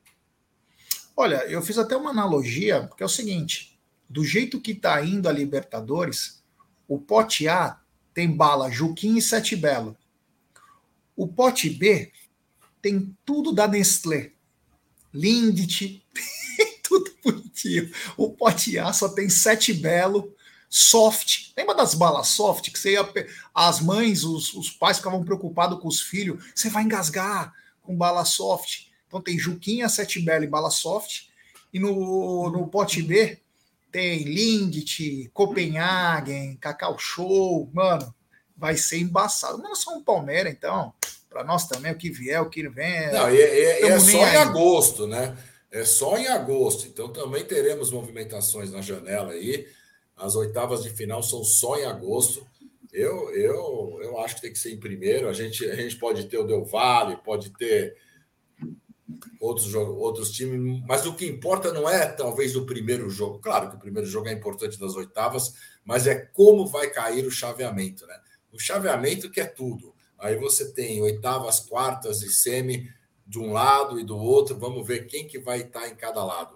[SPEAKER 1] Olha, eu fiz até uma analogia, porque é o seguinte, do jeito que está indo a Libertadores, o pote A tem bala Juquim e Sete Belo. O pote B tem tudo da Nestlé. Lindt, tudo bonitinho. O pote A só tem Sete Belo, Soft. Lembra das balas Soft? Que você ia, as mães, os, os pais ficavam preocupados com os filhos. Você vai engasgar com bala Soft. Então tem Juquinha, Sete Belo e bala Soft. E no, no pote B tem Lindt, Copenhagen, Cacau Show. Mano, vai ser embaçado. Mas nós somos um Palmeiras, então. Para nós também, o que vier, o que vem.
[SPEAKER 3] Não, e é, é, é só em agosto, né? É só em agosto. Então também teremos movimentações na janela aí. As oitavas de final são só em agosto. Eu, eu, eu acho que tem que ser em primeiro. A gente, a gente pode ter o Del Valle, pode ter outros, outros times, mas o que importa não é talvez o primeiro jogo. Claro que o primeiro jogo é importante das oitavas, mas é como vai cair o chaveamento, né? O chaveamento que é tudo. Aí você tem oitavas, quartas e semi de um lado e do outro. Vamos ver quem que vai estar em cada lado.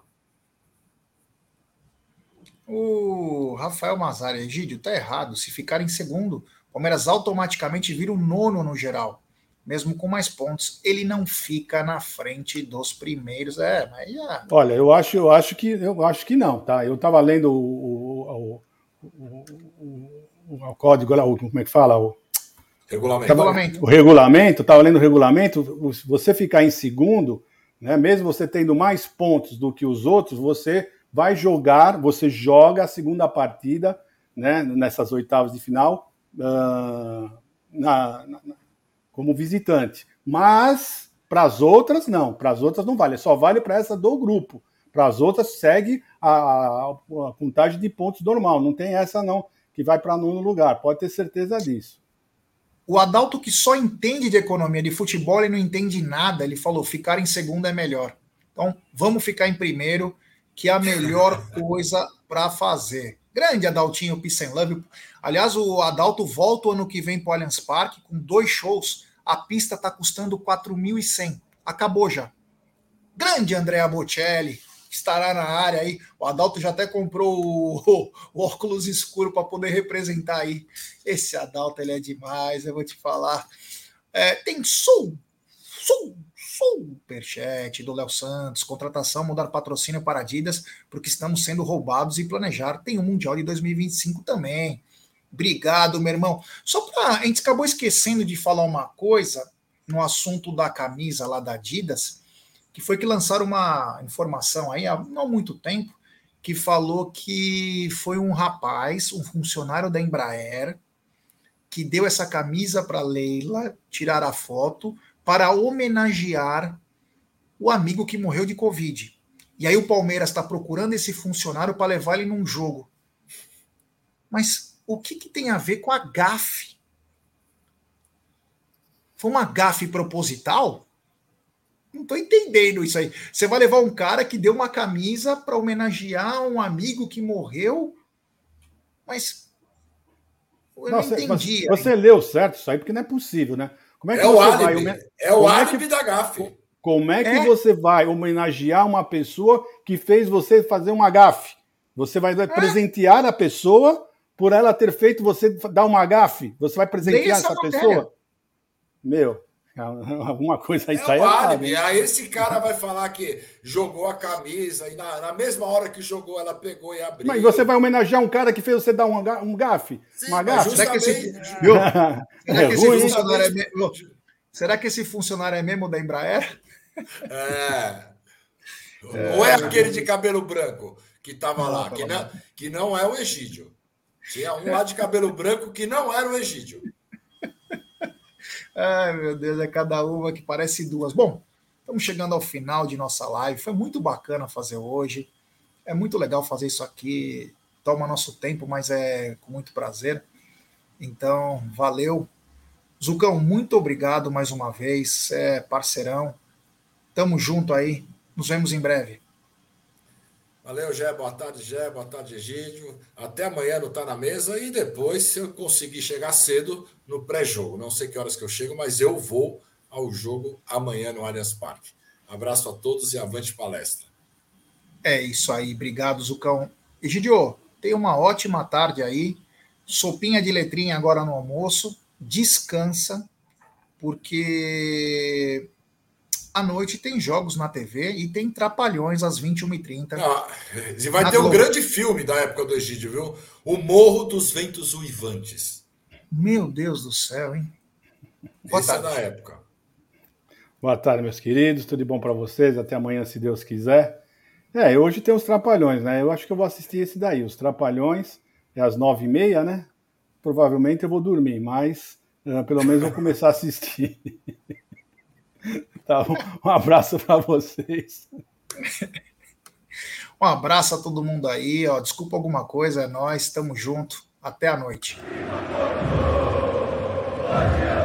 [SPEAKER 1] O Rafael Mazari, Egídio, tá errado. Se ficar em segundo, o Palmeiras automaticamente vira o nono no geral. Mesmo com mais pontos, ele não fica na frente dos primeiros. É, mas já...
[SPEAKER 2] Olha, eu acho, eu acho que eu acho que não, tá? Eu estava lendo o, o, o, o, o código lá, o, como é que fala? O
[SPEAKER 3] regulamento.
[SPEAKER 2] Tava,
[SPEAKER 1] regulamento.
[SPEAKER 2] O regulamento, estava lendo o regulamento. Se você ficar em segundo, né, mesmo você tendo mais pontos do que os outros, você vai jogar, você joga a segunda partida, né, nessas oitavas de final, uh, na, na como visitante. Mas, para as outras, não. Para as outras não vale. Só vale para essa do grupo. Para as outras, segue a, a, a contagem de pontos normal. Não tem essa, não, que vai para nono lugar. Pode ter certeza disso.
[SPEAKER 1] O Adalto, que só entende de economia, de futebol, ele não entende nada. Ele falou, ficar em segundo é melhor. Então, vamos ficar em primeiro, que é a melhor coisa para fazer. Grande Adaltinho Peace and Love. Aliás, o Adalto volta o ano que vem para o Allianz Parque com dois shows. A pista está custando quatro mil e cem. Acabou já. Grande Andrea Bocelli. estará na área aí. O Adalto já até comprou o, o óculos escuro para poder representar aí. Esse Adalto, ele é demais, eu vou te falar. É, tem sul, sul, superchat do Léo Santos, contratação, mudar patrocínio para Adidas, porque estamos sendo roubados e planejar. Tem o Mundial de dois mil e vinte e cinco também. Obrigado, meu irmão. Só para... A gente acabou esquecendo de falar uma coisa no assunto da camisa lá da Adidas, que foi que lançaram uma informação aí há não muito tempo, que falou que foi um rapaz, um funcionário da Embraer, que deu essa camisa para Leila tirar a foto para homenagear o amigo que morreu de Covid. E aí o Palmeiras está procurando esse funcionário para levar ele num jogo. Mas o que, que tem a ver com a gafe? Foi uma gafe proposital? Não estou entendendo isso aí. Você vai levar um cara que deu uma camisa para homenagear um amigo que morreu? Mas eu não, não entendi.
[SPEAKER 2] Você, você leu certo isso aí, porque não é possível, né? Como é que
[SPEAKER 3] é
[SPEAKER 2] você
[SPEAKER 3] o álibi,
[SPEAKER 2] vai homen...
[SPEAKER 3] é o
[SPEAKER 2] é
[SPEAKER 3] álibi
[SPEAKER 2] que...
[SPEAKER 3] da gafe.
[SPEAKER 2] Como é que é? você vai homenagear uma pessoa que fez você fazer uma gafe? Você vai é? presentear a pessoa por ela ter feito você dar uma gafe? Você vai presentear essa, essa pessoa? Meu, alguma coisa aí
[SPEAKER 3] é
[SPEAKER 2] tá
[SPEAKER 3] errada. Aí esse cara vai falar que jogou a camisa e na, na mesma hora que jogou, ela pegou e abriu.
[SPEAKER 2] Mas você vai homenagear um cara que fez você dar um, um gafe?
[SPEAKER 3] Sim,
[SPEAKER 2] uma gafe?
[SPEAKER 1] Será que esse, viu? Será é que esse ruim, funcionário é mesmo? Será que esse funcionário é mesmo da Embraer?
[SPEAKER 3] É. é. Ou é aquele de cabelo branco que estava lá, que não, que não é o Egídio. Tinha um lá de cabelo branco que não era o Egídio.
[SPEAKER 1] Ai, meu Deus, é cada uma que parece duas. Bom, estamos chegando ao final de nossa live. Foi muito bacana fazer hoje. É muito legal fazer isso aqui. Toma nosso tempo, mas é com muito prazer. Então, valeu. Zucão, muito obrigado mais uma vez. É parceirão. Tamo junto aí. Nos vemos em breve.
[SPEAKER 3] Valeu, Gé. Boa tarde, Gé. Boa tarde, Egídio. Até amanhã no Tá na Mesa. E depois, se eu conseguir chegar cedo, no pré-jogo. Não sei que horas que eu chego, mas eu vou ao jogo amanhã no Allianz Parque. Abraço a todos e avante palestra.
[SPEAKER 1] É isso aí. Obrigado, Zucão. Egídio, tenha uma ótima tarde aí. Sopinha de letrinha agora no almoço. Descansa, porque à noite tem jogos na T V e tem Trapalhões às vinte e uma e trinta.
[SPEAKER 3] Ah, e vai ter Globo. Um grande filme da época do Egídio, viu? O Morro dos Ventos Uivantes.
[SPEAKER 1] Meu Deus do céu, hein? Boa
[SPEAKER 3] Esse tarde. É da época.
[SPEAKER 2] Boa tarde, meus queridos. Tudo de bom para vocês? Até amanhã, se Deus quiser. É, hoje tem os Trapalhões, né? Eu acho que eu vou assistir esse daí. Os Trapalhões é às nove e meia, né? Provavelmente eu vou dormir, mas uh, pelo menos vou começar a assistir. Tá, um abraço para vocês.
[SPEAKER 1] Um abraço a todo mundo aí. Ó. Desculpa alguma coisa, é nóis, estamos juntos. Até a noite.